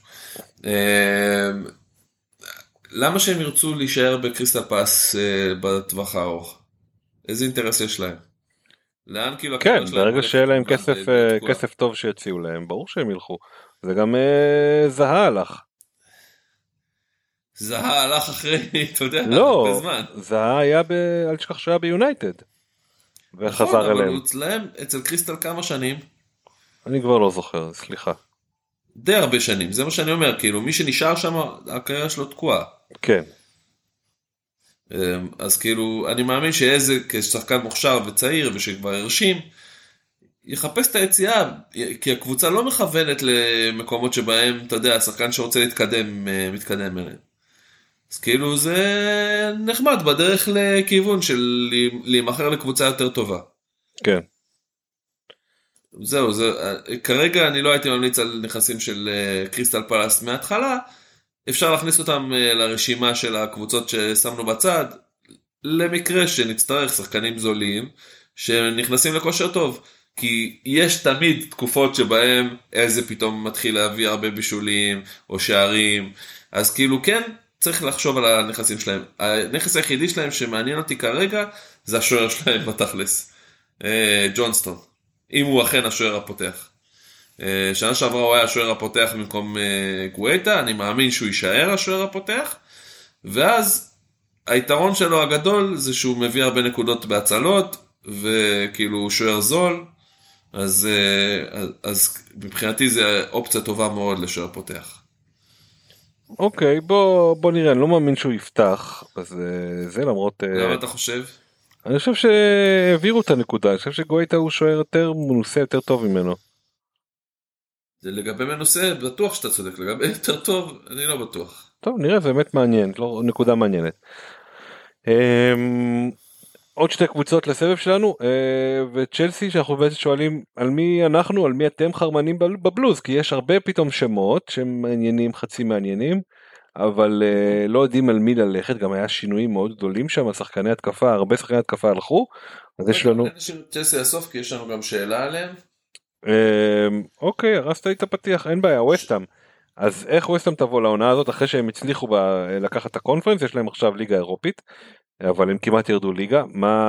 למה שהם ירצו להישאר בקריסטל פלאס בטווח הארוך? איזה אינטרס יש להם? לאן כאילו... כן, ברגע שיהיה להם כסף טוב שיציעו להם, ברור שהם ילכו. זה גם זהה הלך. זהה הלך אחרי, אתה יודע, לא, הרבה זמן. זהה היה, אל תשכח שהיה ביונייטד. וחזר אליהם. אבל אצלם, אצל קריסטל כמה שנים? אני כבר לא זוכר, סליחה. די הרבה שנים, זה מה שאני אומר, כאילו מי שנשאר שם, הקריירה שלו תקועה. כן. אז כאילו, אני מאמין שאיזה כשחקן מוכשר וצעיר ושכבר הרשים, יחפש את היציאה, כי הקבוצה לא מכוונת למקומות שבהם, אתה יודע, השחקן שרוצה להתקדם, מתקדם אליהם. אז כאילו זה נחמד בדרך לכיוון של להימחר לקבוצה יותר טובה. כן. זהו, כרגע אני לא הייתי ממליץ על נכסים של קריסטל פלאס מההתחלה, אפשר להכניס אותם לרשימה של הקבוצות ששמנו בצד, למקרה שנצטרך שחקנים זולים שנכנסים לכושר טוב, כי יש תמיד תקופות שבהם איזה פתאום מתחיל להביא הרבה בישולים או שערים, אז כאילו כן, צריך לחשוב על הנכסים שלהם. הנכס היחידי שלהם שמעניין אותי כרגע, זה השוער שלהם בתכלס, ג'ונסטון, אם הוא אכן השוער הפותח. שנה שעברה הוא היה השוער הפותח במקום גואטה, אני מאמין שהוא יישאר השוער הפותח, ואז היתרון שלו הגדול זה שהוא מביא הרבה נקודות בהצלות, וכאילו הוא שוער זול, אז מבחינתי זה אופציה טובה מאוד לשוער פותח. אוקיי, בוא נראה, אני לא מאמין שהוא יפתח, אז זה למרות... למה אתה חושב? אני חושב שהעבירו את הנקודה, אני חושב שגואטה הוא שוער יותר מנוסה, יותר טוב ממנו. זה לגבי מנוסה, בטוח שאתה צודק, לגבי יותר טוב, אני לא בטוח. טוב, נראה, זה באמת מעניין, לא, נקודה מעניינת. עוד שתי קבוצות לסבב שלנו, וצ'לסי שאנחנו בעצם שואלים על מי אנחנו, על מי אתם חרמנים בבלוז, כי יש הרבה פתאום שמות שהם מעניינים, חצי מעניינים, אבל לא יודעים על מי ללכת, גם היה שינויים מאוד גדולים שם, שחקני התקפה, הרבה שחקני התקפה הלכו, אז יש לנו... צ'לסי הסוף, כי יש לנו גם שאלה עליהם. אוקיי, הרסת לי את הפתיח, אין בעיה, וסטהאם. אז איך וסטהאם תבוא לעונה הזאת, אחרי שהם הצליחו לקחת את הקונפרנס, יש להם עכשיו ליגה אירופית, אבל הם כמעט ירדו ליגה,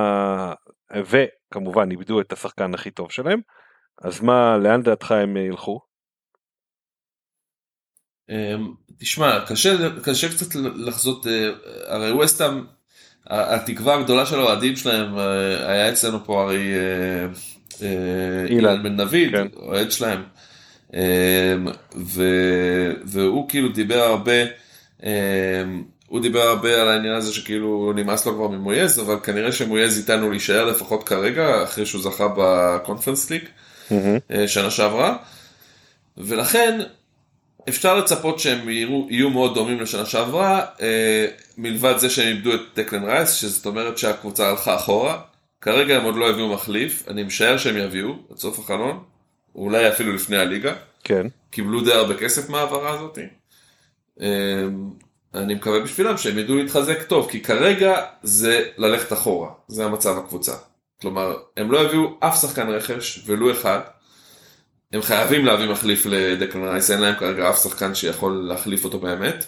וכמובן איבדו את השחקן הכי טוב שלהם, אז לאן דעתך הם ילכו? תשמע, קשה קצת לחזות, הרי וסטהאם, התקווה הגדולה של האוהדים שלהם, היה אצלנו פה הרי אילן בן דוד, אוהד שלהם, והוא כאילו דיבר הרבה, על העניין הזה שכאילו נמאס לו כבר ממויז, אבל כנראה שמויז איתנו להישאר לפחות כרגע, אחרי שהוא זכה בקונפרנס ליג, שנה שעברה, ולכן אפשר לצפות שהם יהיו מאוד דומים לשנה שעברה, מלבד זה שהם איבדו את דקלן רייס, שזאת אומרת שהקבוצה הלכה אחורה, כרגע הם עוד לא הביאו מחליף, אני משער שהם יביאו עד סוף החלון, אולי אפילו לפני הליגה, כן. קיבלו די הרבה כסף מהעברה הזאת, אני מקווה בשבילם שהם ידעו להתחזק טוב, כי כרגע זה ללכת אחורה, זה המצב הקבוצה, כלומר הם לא הביאו אף שחקן רכש ולו אחד, הם חייבים להביא מחליף לדקלן רייס, אין להם כרגע אף שחקן שיכול להחליף אותו באמת,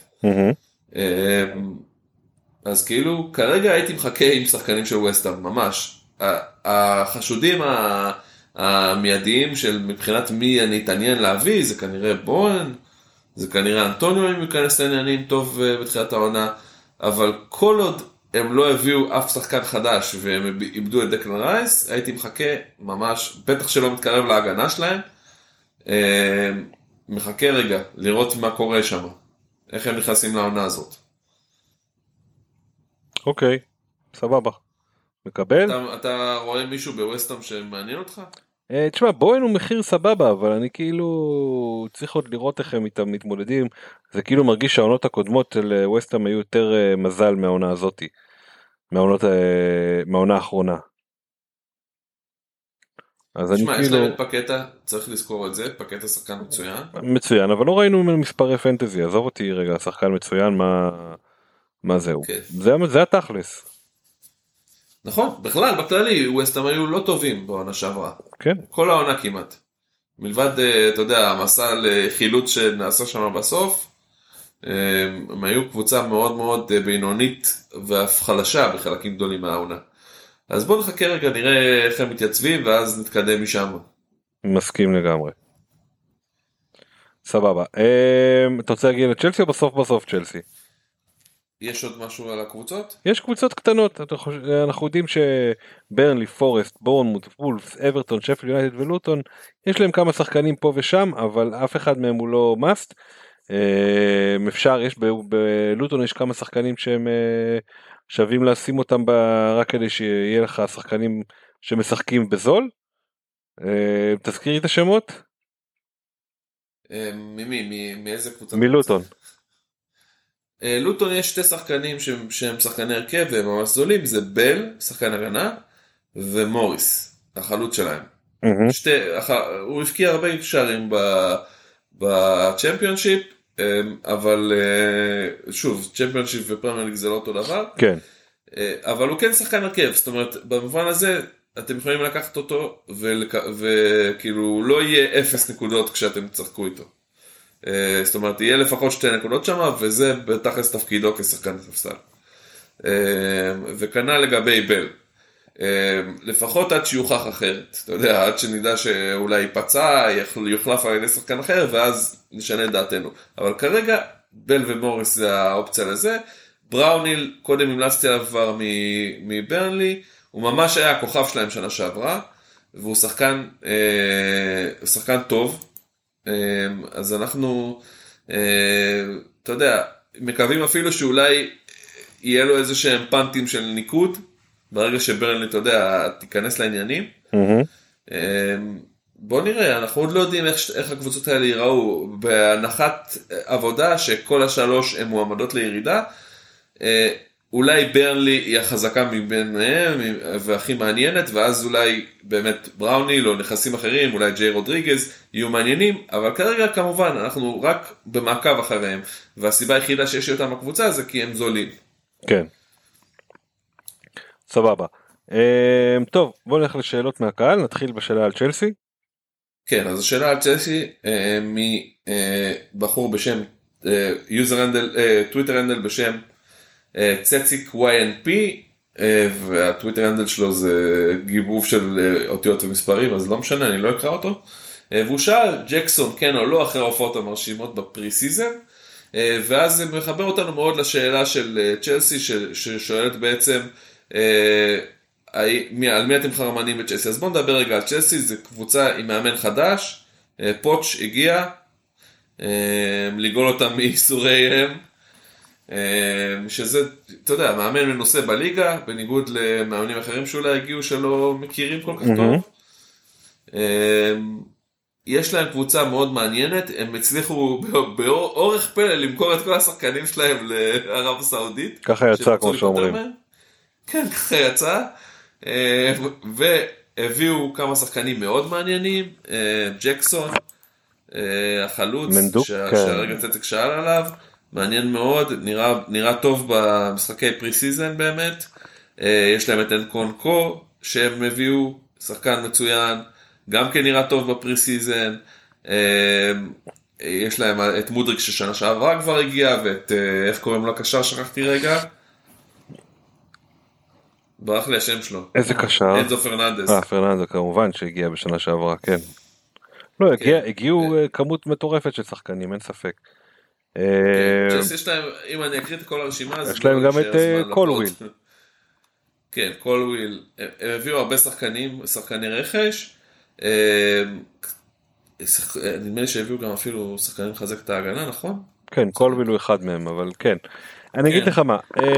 אז כאילו כרגע הייתי מחכה עם שחקנים של וסטהאם, ממש, החשודים המיידיים של מבחינת מי אני אתעניין להביא, זה כנראה בואן, זה כנראה אנטוניו אם ייכנס לעניינים טוב בתחילת העונה, אבל כל עוד הם לא הביאו אף שחקן חדש והם איבדו את דקלן רייס, הייתי מחכה ממש, בטח שלא מתקרב להגנה שלהם, מחכה רגע לראות מה קורה שם, איך הם נכנסים לעונה הזאת. אוקיי, סבבה. מקבל? אתה רואה מישהו בווסטהאם שמעניין אותך? תשמע, בואן הוא מחיר סבבה, אבל אני כאילו צריך עוד לראות איך הם איתם מתמודדים, זה כאילו מרגיש שהעונות הקודמות של ווסטהאם היו יותר מזל מהעונה הזאתי. מהעונה האחרונה. אז תשמע, אני יש להם כאילו... את פקטה, צריך לזכור את זה, פקטה שחקן מצוין. מצוין, אבל לא ראינו ממנו מספרי פנטזי, עזוב אותי רגע, שחקן מצוין, מה זהו? כן. זה התכלס. נכון, בכלל, בכללי, ווסטהאם היו לא טובים בעונה שעברה. כן. כל העונה כמעט. מלבד, אתה יודע, המסע לחילוץ שנעשה שם בסוף, הם היו קבוצה מאוד מאוד בינונית ואף חלשה בחלקים גדולים מהעונה. אז בואו נחכה רגע, נראה איך הם מתייצבים, ואז נתקדם משם. מסכים לגמרי. סבבה. אתה רוצה להגיע לצ'לסי או בסוף צ'לסי? יש עוד משהו על הקבוצות? יש קבוצות קטנות, אנחנו יודעים שברנלי, פורסט, בורנמוט, וולפס, אברטון, שפילד יונייטד ולוטון, יש להם כמה שחקנים פה ושם, אבל אף אחד מהם הוא לא מאסט. אפשר, בלוטון יש כמה שחקנים שהם שווים לשים אותם רק כדי שיהיה לך שחקנים שמשחקים בזול. תזכירי את השמות? מאיזה קבוצה? מלוטון. לוטון יש שתי שחקנים שהם שחקני הרכב והם ממש זולים, זה בל, שחקן הגנה, ומוריס, החלוץ שלהם. הוא הפקיע הרבה שערים בצ'מפיונשיפ, אבל שוב, צ'מפיונשיפ ופרמייר ליג זה לא אותו דבר. כן. אבל הוא כן שחקן הרכב, זאת אומרת, במובן הזה אתם יכולים לקחת אותו וכאילו לא יהיה 0 נקודות כשאתם תשחקו איתו. זאת אומרת, יהיה לפחות 2 נקודות שם, וזה בתכלס תפקידו כשחקן ספסל. וכנ"ל לגבי בל. לפחות עד שיוכח אחרת, אתה יודע, עד שנדע שאולי פצע, יוחלף על ידי שחקן אחר, ואז נשנה את דעתנו. אבל כרגע, בל ומוריס זה האופציה לזה. בראוניל, קודם המלצתי עליו כבר מברנלי, הוא ממש היה הכוכב שלהם שנה שעברה, והוא שחקן טוב. אז אנחנו, אתה יודע, מקווים אפילו שאולי יהיה לו איזה שהם פנטים של ניקוד, ברגע שברנלי, אתה יודע, תיכנס לעניינים. בוא נראה, אנחנו עוד לא יודעים איך הקבוצות האלה ייראו, בהנחת עבודה שכל השלוש הן מועמדות לירידה, אולי ברנלי היא החזקה מביניהם והכי מעניינת, ואז אולי באמת בראוניל או נכסים אחרים, אולי ג'יי רודריגז יהיו מעניינים, אבל כרגע כמובן אנחנו רק במעקב אחריהם, והסיבה היחידה שיש אותם הקבוצה זה כי הם זולים. כן. סבבה. טוב, בוא נלך לשאלות מהקהל, נתחיל בשאלה על צ'לסי. כן, אז השאלה על צ'לסי מבחור בשם טוויטר הנדל בשם צציק YNP, והטוויטר הנדל שלו זה גיבוב של אותיות ומספרים, אז לא משנה, אני לא אקרא אותו. והוא שאל ג'קסון כן או לא אחרי ההופעות המרשימות בפרי סיזן, ואז זה מחבר אותנו מאוד לשאלה של צ'לסי ששואלת בעצם על מי אתם חרמנים בצ'לסי. אז בואו נדבר רגע על צ'לסי, זה קבוצה עם מאמן חדש, פוץ' הגיע לגאול אותם מייסוריהם, שזה, אתה יודע, מאמן מנוסה בליגה, בניגוד למאמנים אחרים שאולי הגיעו שלא מכירים כל כך טוב. יש להם קבוצה מאוד מעניינת, הם הצליחו באורך פלא למכור את כל השחקנים שלהם לערב הסעודית. ככה יצא כמו שאומרים. כן, ככה יצא. והביאו כמה שחקנים מאוד מעניינים, ג'קסון, החלוץ, שהרגע צצק שאל עליו, מעניין מאוד, נראה טוב במשחקי פרי סיזן באמת. יש להם את אנקונקו שהם הביאו, שחקן מצוין, גם כן נראה טוב בפרי סיזן. יש להם את מודריק ששנה שעברה כבר הגיע, ואת, איך קוראים לו הקשר, שכחתי רגע. ברח לי השם שלו. איזה קשר? אנזו פרננדס. פרננדס כמובן שהגיע בשנה שעברה, כן. לא, הגיעו כמות מטורפת של שחקנים, אין ספק. יש להם, אם אני אקריא את כל הרשימה, יש להם גם את קולוויל. כן, קולוויל. הם הביאו הרבה שחקני רכש. נדמה לי שהביאו גם אפילו שחקנים לחזק את ההגנה, נכון? כן, קולוויל הוא אחד מהם, אבל כן. אני אגיד לך מה.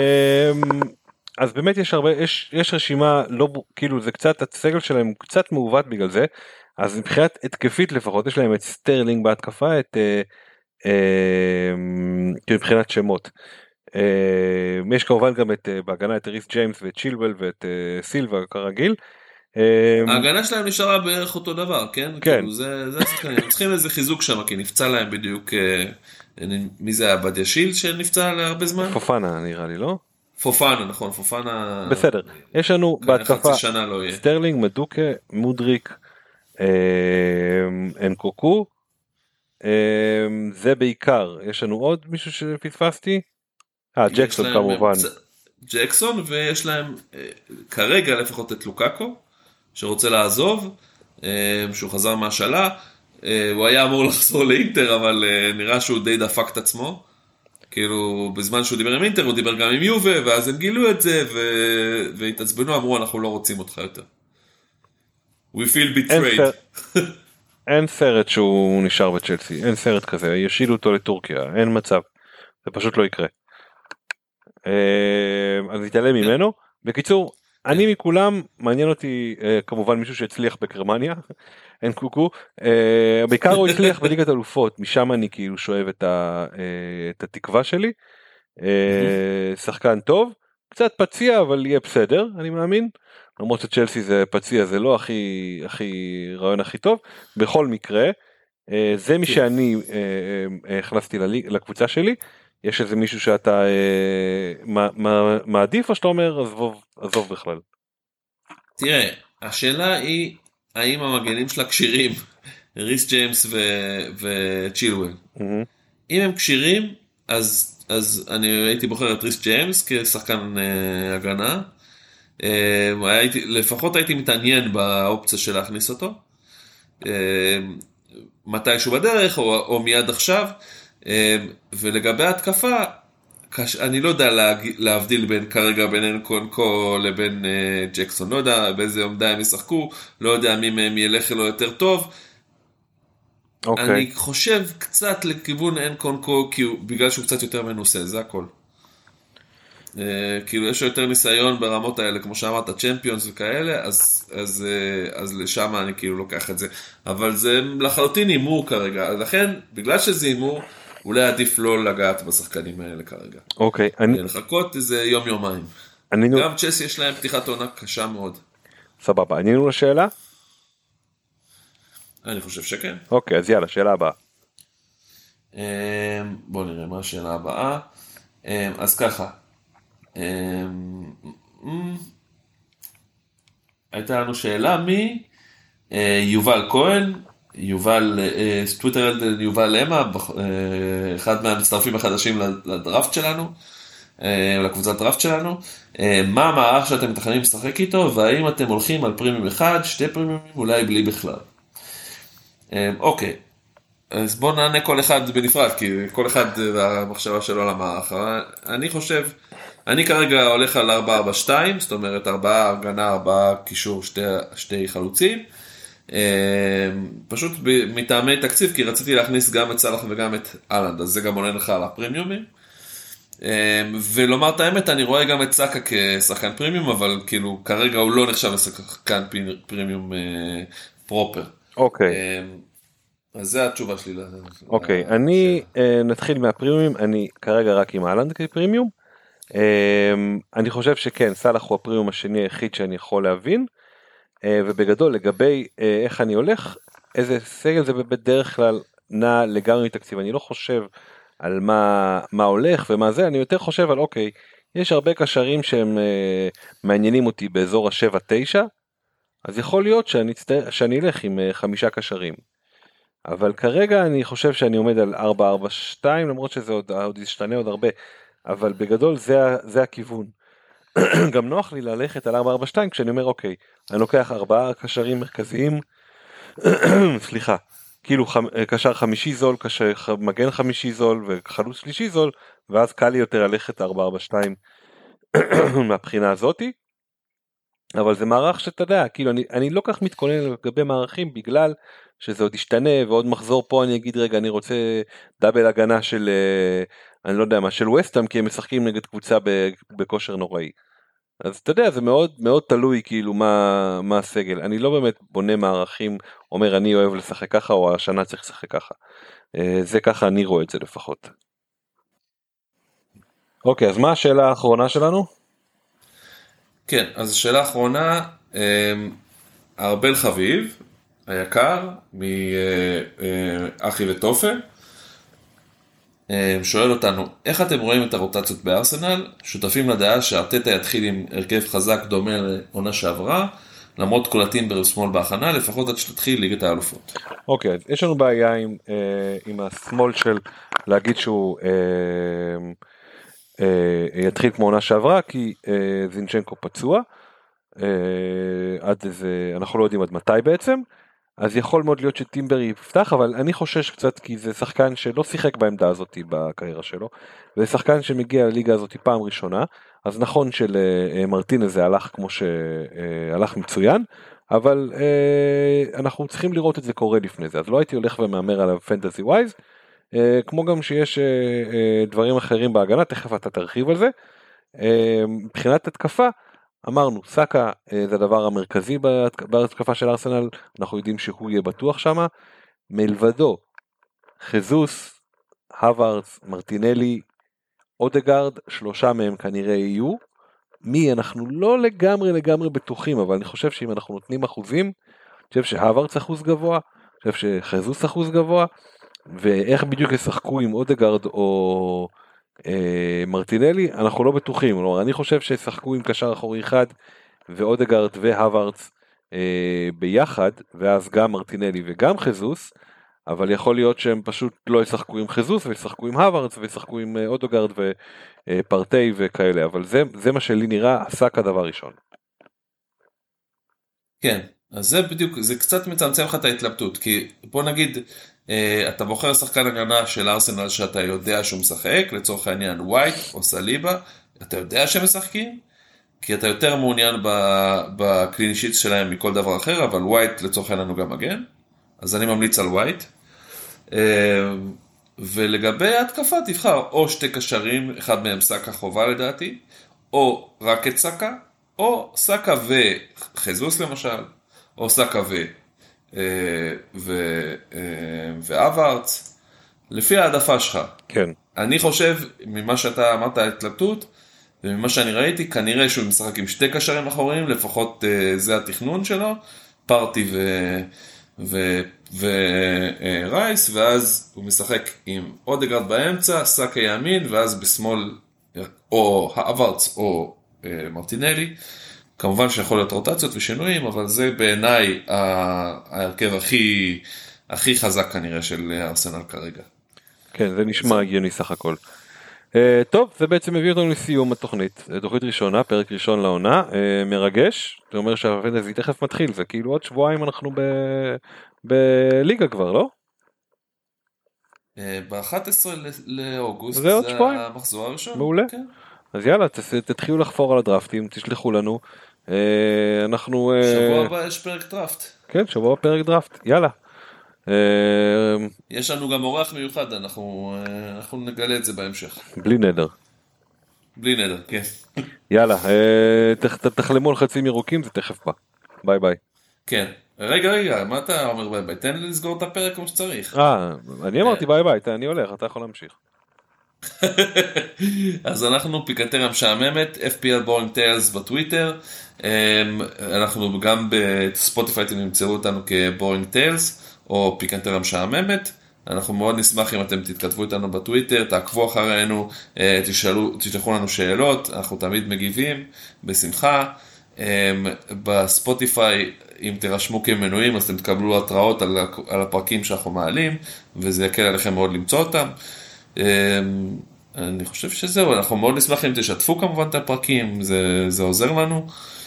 אז באמת יש רשימה, לא, כאילו זה קצת, הסגל שלהם קצת מעוות בגלל זה, אז מבחינת התקפית לפחות, יש להם את סטרלינג בהתקפה, מבחינת שמות. יש כמובן גם בהגנה את ריס ג'יימס ואת צ'ילואל ואת סילבה כרגיל. ההגנה שלהם נשארה בערך אותו דבר, כן? כן. כאילו זה השחקנים, הם צריכים איזה חיזוק שם, כי נפצע להם בדיוק, מי זה היה בדיאשיל שנפצע להרבה זמן? פופנה נראה לי, לא? פופנה, נכון, פופנה... בסדר, יש לנו בהתקפה לא סטרלינג, מדוקה, מודריק, אנקוקו, זה בעיקר. יש לנו עוד מישהו שפספסתי? ג'קסון כמובן. ג'קסון, ויש להם כרגע לפחות את לוקאקו, שרוצה לעזוב, שהוא חזר מהשאלה, הוא היה אמור לחזור לאינטר, אבל נראה שהוא די דפק את עצמו, כאילו בזמן שהוא דיבר עם אינטר, הוא דיבר גם עם יובה, ואז הם גילו את זה, והתעצבנו, אמרו אנחנו לא רוצים אותך יותר. We feel betrayed. אין סרט שהוא נשאר בצ'לסי, אין סרט כזה, ישילו אותו לטורקיה, אין מצב, זה פשוט לא יקרה. אז נתעלם ממנו. בקיצור, אני מכולם, מעניין אותי כמובן מישהו שהצליח בגרמניה, אין קוקו, בעיקר הוא הצליח בליגת אלופות, משם אני כאילו שואב את התקווה שלי. שחקן טוב, קצת פציע אבל יהיה בסדר, אני מאמין, למרות שצ'לסי זה פציע, זה לא הכי רעיון הכי טוב. בכל מקרה, זה מי שאני הכנסתי לקבוצה שלי. יש איזה מישהו שאתה מעדיף, או שאתה אומר עזוב בכלל? תראה, השאלה היא האם המגנים שלה קשירים, ריס ג'יימס וצ'ילואל. אם הם קשירים, אז אני הייתי בוחר את ריס ג'יימס כשחקן הגנה. לפחות הייתי מתעניין באופציה של להכניס אותו, מתישהו בדרך או מיד עכשיו. ולגבי ההתקפה, אני לא יודע להבדיל כרגע בין אנקונקו לבין ג'קסון, לא יודע באיזה עמדה הם ישחקו, לא יודע מי מהם ילך לו יותר טוב. אני חושב קצת לכיוון אנקונקו, בגלל שהוא קצת יותר מנוסה, זה הכל. כאילו יש יותר ניסיון ברמות האלה, כמו שאמרת, צ'מפיונס וכאלה, אז לשם אני כאילו לוקח את זה. אבל זה לחלוטין אימור כרגע, לכן, בגלל שזה אימור, אולי עדיף לא לגעת בשחקנים האלה כרגע. אוקיי. לחכות איזה יום-יומיים. גם צ'לסי יש להם פתיחת עונה קשה מאוד. סבבה, ענינו לשאלה? אני חושב שכן. אוקיי, אז יאללה, שאלה הבאה. בוא נראה מה השאלה הבאה. אז ככה. הייתה לנו שאלה מיובל כהן, טוויטר יובל למה, אחד מהמצטרפים החדשים לדראפט שלנו, לקבוצת דראפט שלנו. מה המערך שאתם מתכננים לשחק איתו, והאם אתם הולכים על פרימיום אחד, שתי פרימיומים, אולי בלי בכלל? אוקיי, אז בואו נענה כל אחד בנפרד, כי כל אחד והמחשבה שלו למערך. אני חושב, אני כרגע הולך על 4-4-2, זאת אומרת 4 הגנה, 4 קישור, שתי חלוצים. פשוט מטעמי תקציב, כי רציתי להכניס גם את סלח וגם את אלנד, אז זה גם עולה לך על הפרימיומים. ולומר את האמת, אני רואה גם את סאקה כשחקן פרימיום, אבל כאילו כרגע הוא לא נחשב לשחקן פרימיום פרופר. אוקיי. אז זה התשובה שלי. אוקיי, אני נתחיל מהפרימיום, אני כרגע רק עם אלנד כפרימיום. אני חושב שכן, סלח הוא הפרימיום השני היחיד שאני יכול להבין. ובגדול לגבי איך אני הולך, איזה סגל זה בדרך כלל נע לגמרי מתקציב. אני לא חושב על מה הולך ומה זה, אני יותר חושב על אוקיי, יש הרבה קשרים שהם מעניינים אותי באזור ה-7-9, אז יכול להיות שאני אלך עם 5 קשרים. אבל כרגע אני חושב שאני עומד על 4-4-2, למרות שזה עוד ישתנה עוד הרבה, אבל בגדול זה הכיוון. גם נוח לי ללכת על 4-4-2 כשאני אומר אוקיי, אני לוקח 4 קשרים מרכזיים, סליחה, כאילו קשר חמישי זול, מגן חמישי זול וחלוץ שלישי זול, ואז קל לי יותר ללכת 4-4-2 מהבחינה הזאתי. אבל זה מערך שאתה יודע, כאילו אני לא כך מתכונן לגבי מערכים, בגלל שזה עוד ישתנה, ועוד מחזור פה אני אגיד רגע, אני רוצה דאבל הגנה של, אני לא יודע מה, של ווסטהאם, כי הם משחקים נגד קבוצה בכושר נוראי. אז אתה יודע, זה מאוד מאוד תלוי כאילו מה הסגל. אני לא באמת בונה מערכים, אומר אני אוהב לשחק ככה, או השנה צריך לשחק ככה. זה ככה אני רואה את זה לפחות. אוקיי, אז מה השאלה האחרונה שלנו? כן, אז השאלה האחרונה, ארבל חביב, היקר, מאחי וטופל, שואל אותנו, איך אתם רואים את הרוטציות בארסנל? שותפים לדעה שארטטה יתחיל עם הרכב חזק דומה לעונה שעברה, למרות קולטים ברב שמאל בהכנה, לפחות עד שתתחיל ליגת האלופות. אוקיי, אז יש לנו בעיה עם השמאל של להגיד שהוא יתחיל כמו עונה שעברה, כי זינצ'נקו פצוע, אנחנו לא יודעים עד מתי בעצם, אז יכול מאוד להיות שטימבר יפתח, אבל אני חושש קצת כי זה שחקן שלא שיחק בעמדה הזאת בקריירה שלו, וזה שחקן שמגיע לליגה הזאת פעם ראשונה, אז נכון שלמרטינז זה הלך כמו שהלך מצוין, אבל אנחנו צריכים לראות את זה קורה לפני זה, אז לא הייתי הולך ומאמר עליו פנטזי ווייז, כמו גם שיש דברים אחרים בהגנה, תכף אתה תרחיב על זה. מבחינת התקפה, אמרנו, סאקה זה הדבר המרכזי בהתקפה של ארסנל, אנחנו יודעים שהוא יהיה בטוח שם, מלבדו, חזוס, הווארדס, מרטינלי, אודגרד, 3 מהם כנראה יהיו, מי אנחנו לא לגמרי בטוחים, אבל אני חושב שאם אנחנו נותנים אחוזים, אני חושב שהווארדס אחוז גבוה, אני חושב שחזוס אחוז גבוה, ואיך בדיוק ישחקו עם אודגרד או מרטינלי, אנחנו לא בטוחים, אני חושב שישחקו עם קשר אחורי אחד, ואודגרד והווארדס ביחד, ואז גם מרטינלי וגם חזוס, אבל יכול להיות שהם פשוט לא ישחקו עם חזוס, וישחקו עם הווארדס, וישחקו עם אודגרד ופרטי וכאלה, אבל זה מה שלי נראה, עשה כדבר ראשון. כן, אז זה בדיוק, זה קצת מצמצם לך את ההתלבטות, כי בוא נגיד, אתה בוחר שחקן הגנה של ארסנל שאתה יודע שהוא משחק, לצורך העניין ווייט או סליבה, אתה יודע שהם משחקים, כי אתה יותר מעוניין בקלין שיט שלהם מכל דבר אחר, אבל ווייט לצורך העניין הוא גם מגן, אז אני ממליץ על ווייט. ולגבי ההתקפה תבחר או 2 קשרים, אחד מהם סאקה חובה לדעתי, או רק את סאקה, או סאקה וחזוס למשל, או סאקה ואברץ, לפי העדפה שלך. כן. אני חושב, ממה שאתה אמרת ההתלבטות, וממה שאני ראיתי, כנראה שהוא משחק עם 2 קשרים אחוריים, לפחות זה התכנון שלו, פארטי ורייס, ואז הוא משחק עם אודגרד באמצע, סאקה ימין, ואז בשמאל, או האברץ או מרטינלי, כמובן שיכול להיות רוטציות ושינויים, אבל זה בעיניי ההרכב הכי חזק כנראה של ארסנל כרגע. כן, זה נשמע הגיוני סך הכל. טוב, זה בעצם מביא אותנו לסיום התוכנית. תוכנית ראשונה, פרק ראשון לעונה, מרגש. זה אומר שהפנטזי תכף מתחיל, זה כאילו עוד שבועיים אנחנו בליגה כבר, לא? ב-11 לאוגוסט זה עוד שבועיים. המחזור הראשון. מעולה. כן. אז יאללה, תתחילו לחפור על הדרפטים, תשלחו לנו. אנחנו... שבוע הבא יש פרק דרפט. כן, שבוע פרק דרפט, יאללה. יש לנו גם אורח מיוחד, אנחנו נגלה את זה בהמשך. בלי נדר. בלי נדר, כן. יאללה, תחלמו על חצים ירוקים, זה תכף בא. ביי ביי. כן. רגע, מה אתה אומר ביי ביי? תן לי לסגור את הפרק כמו שצריך. אני אמרתי ביי ביי, אני הולך, אתה יכול להמשיך. אז אנחנו פיקנטריה משעממת, FPL Boring Tales בטוויטר, אנחנו גם בספוטיפיי אתם נמצאו אותנו כ-Boring Tales או פיקנטריה משעממת, אנחנו מאוד נשמח אם אתם תתכתבו איתנו בטוויטר, תעקבו אחרינו, תשלחו לנו שאלות, אנחנו תמיד מגיבים בשמחה. בספוטיפיי אם תירשמו כמנויים אז אתם תקבלו התראות על הפרקים שאנחנו מעלים, וזה יקל עליכם מאוד למצוא אותם. אני חושב שזהו, אנחנו מאוד נשמח אם תשתפו כמובן את הפרקים, זה עוזר לנו.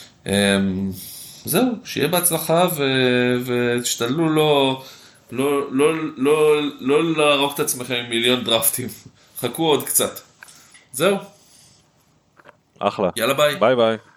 זהו, שיהיה בהצלחה ותשתדלו לא להרוג את עצמכם עם מיליון דרפטים, חכו עוד קצת. זהו. אחלה. יאללה ביי. ביי ביי.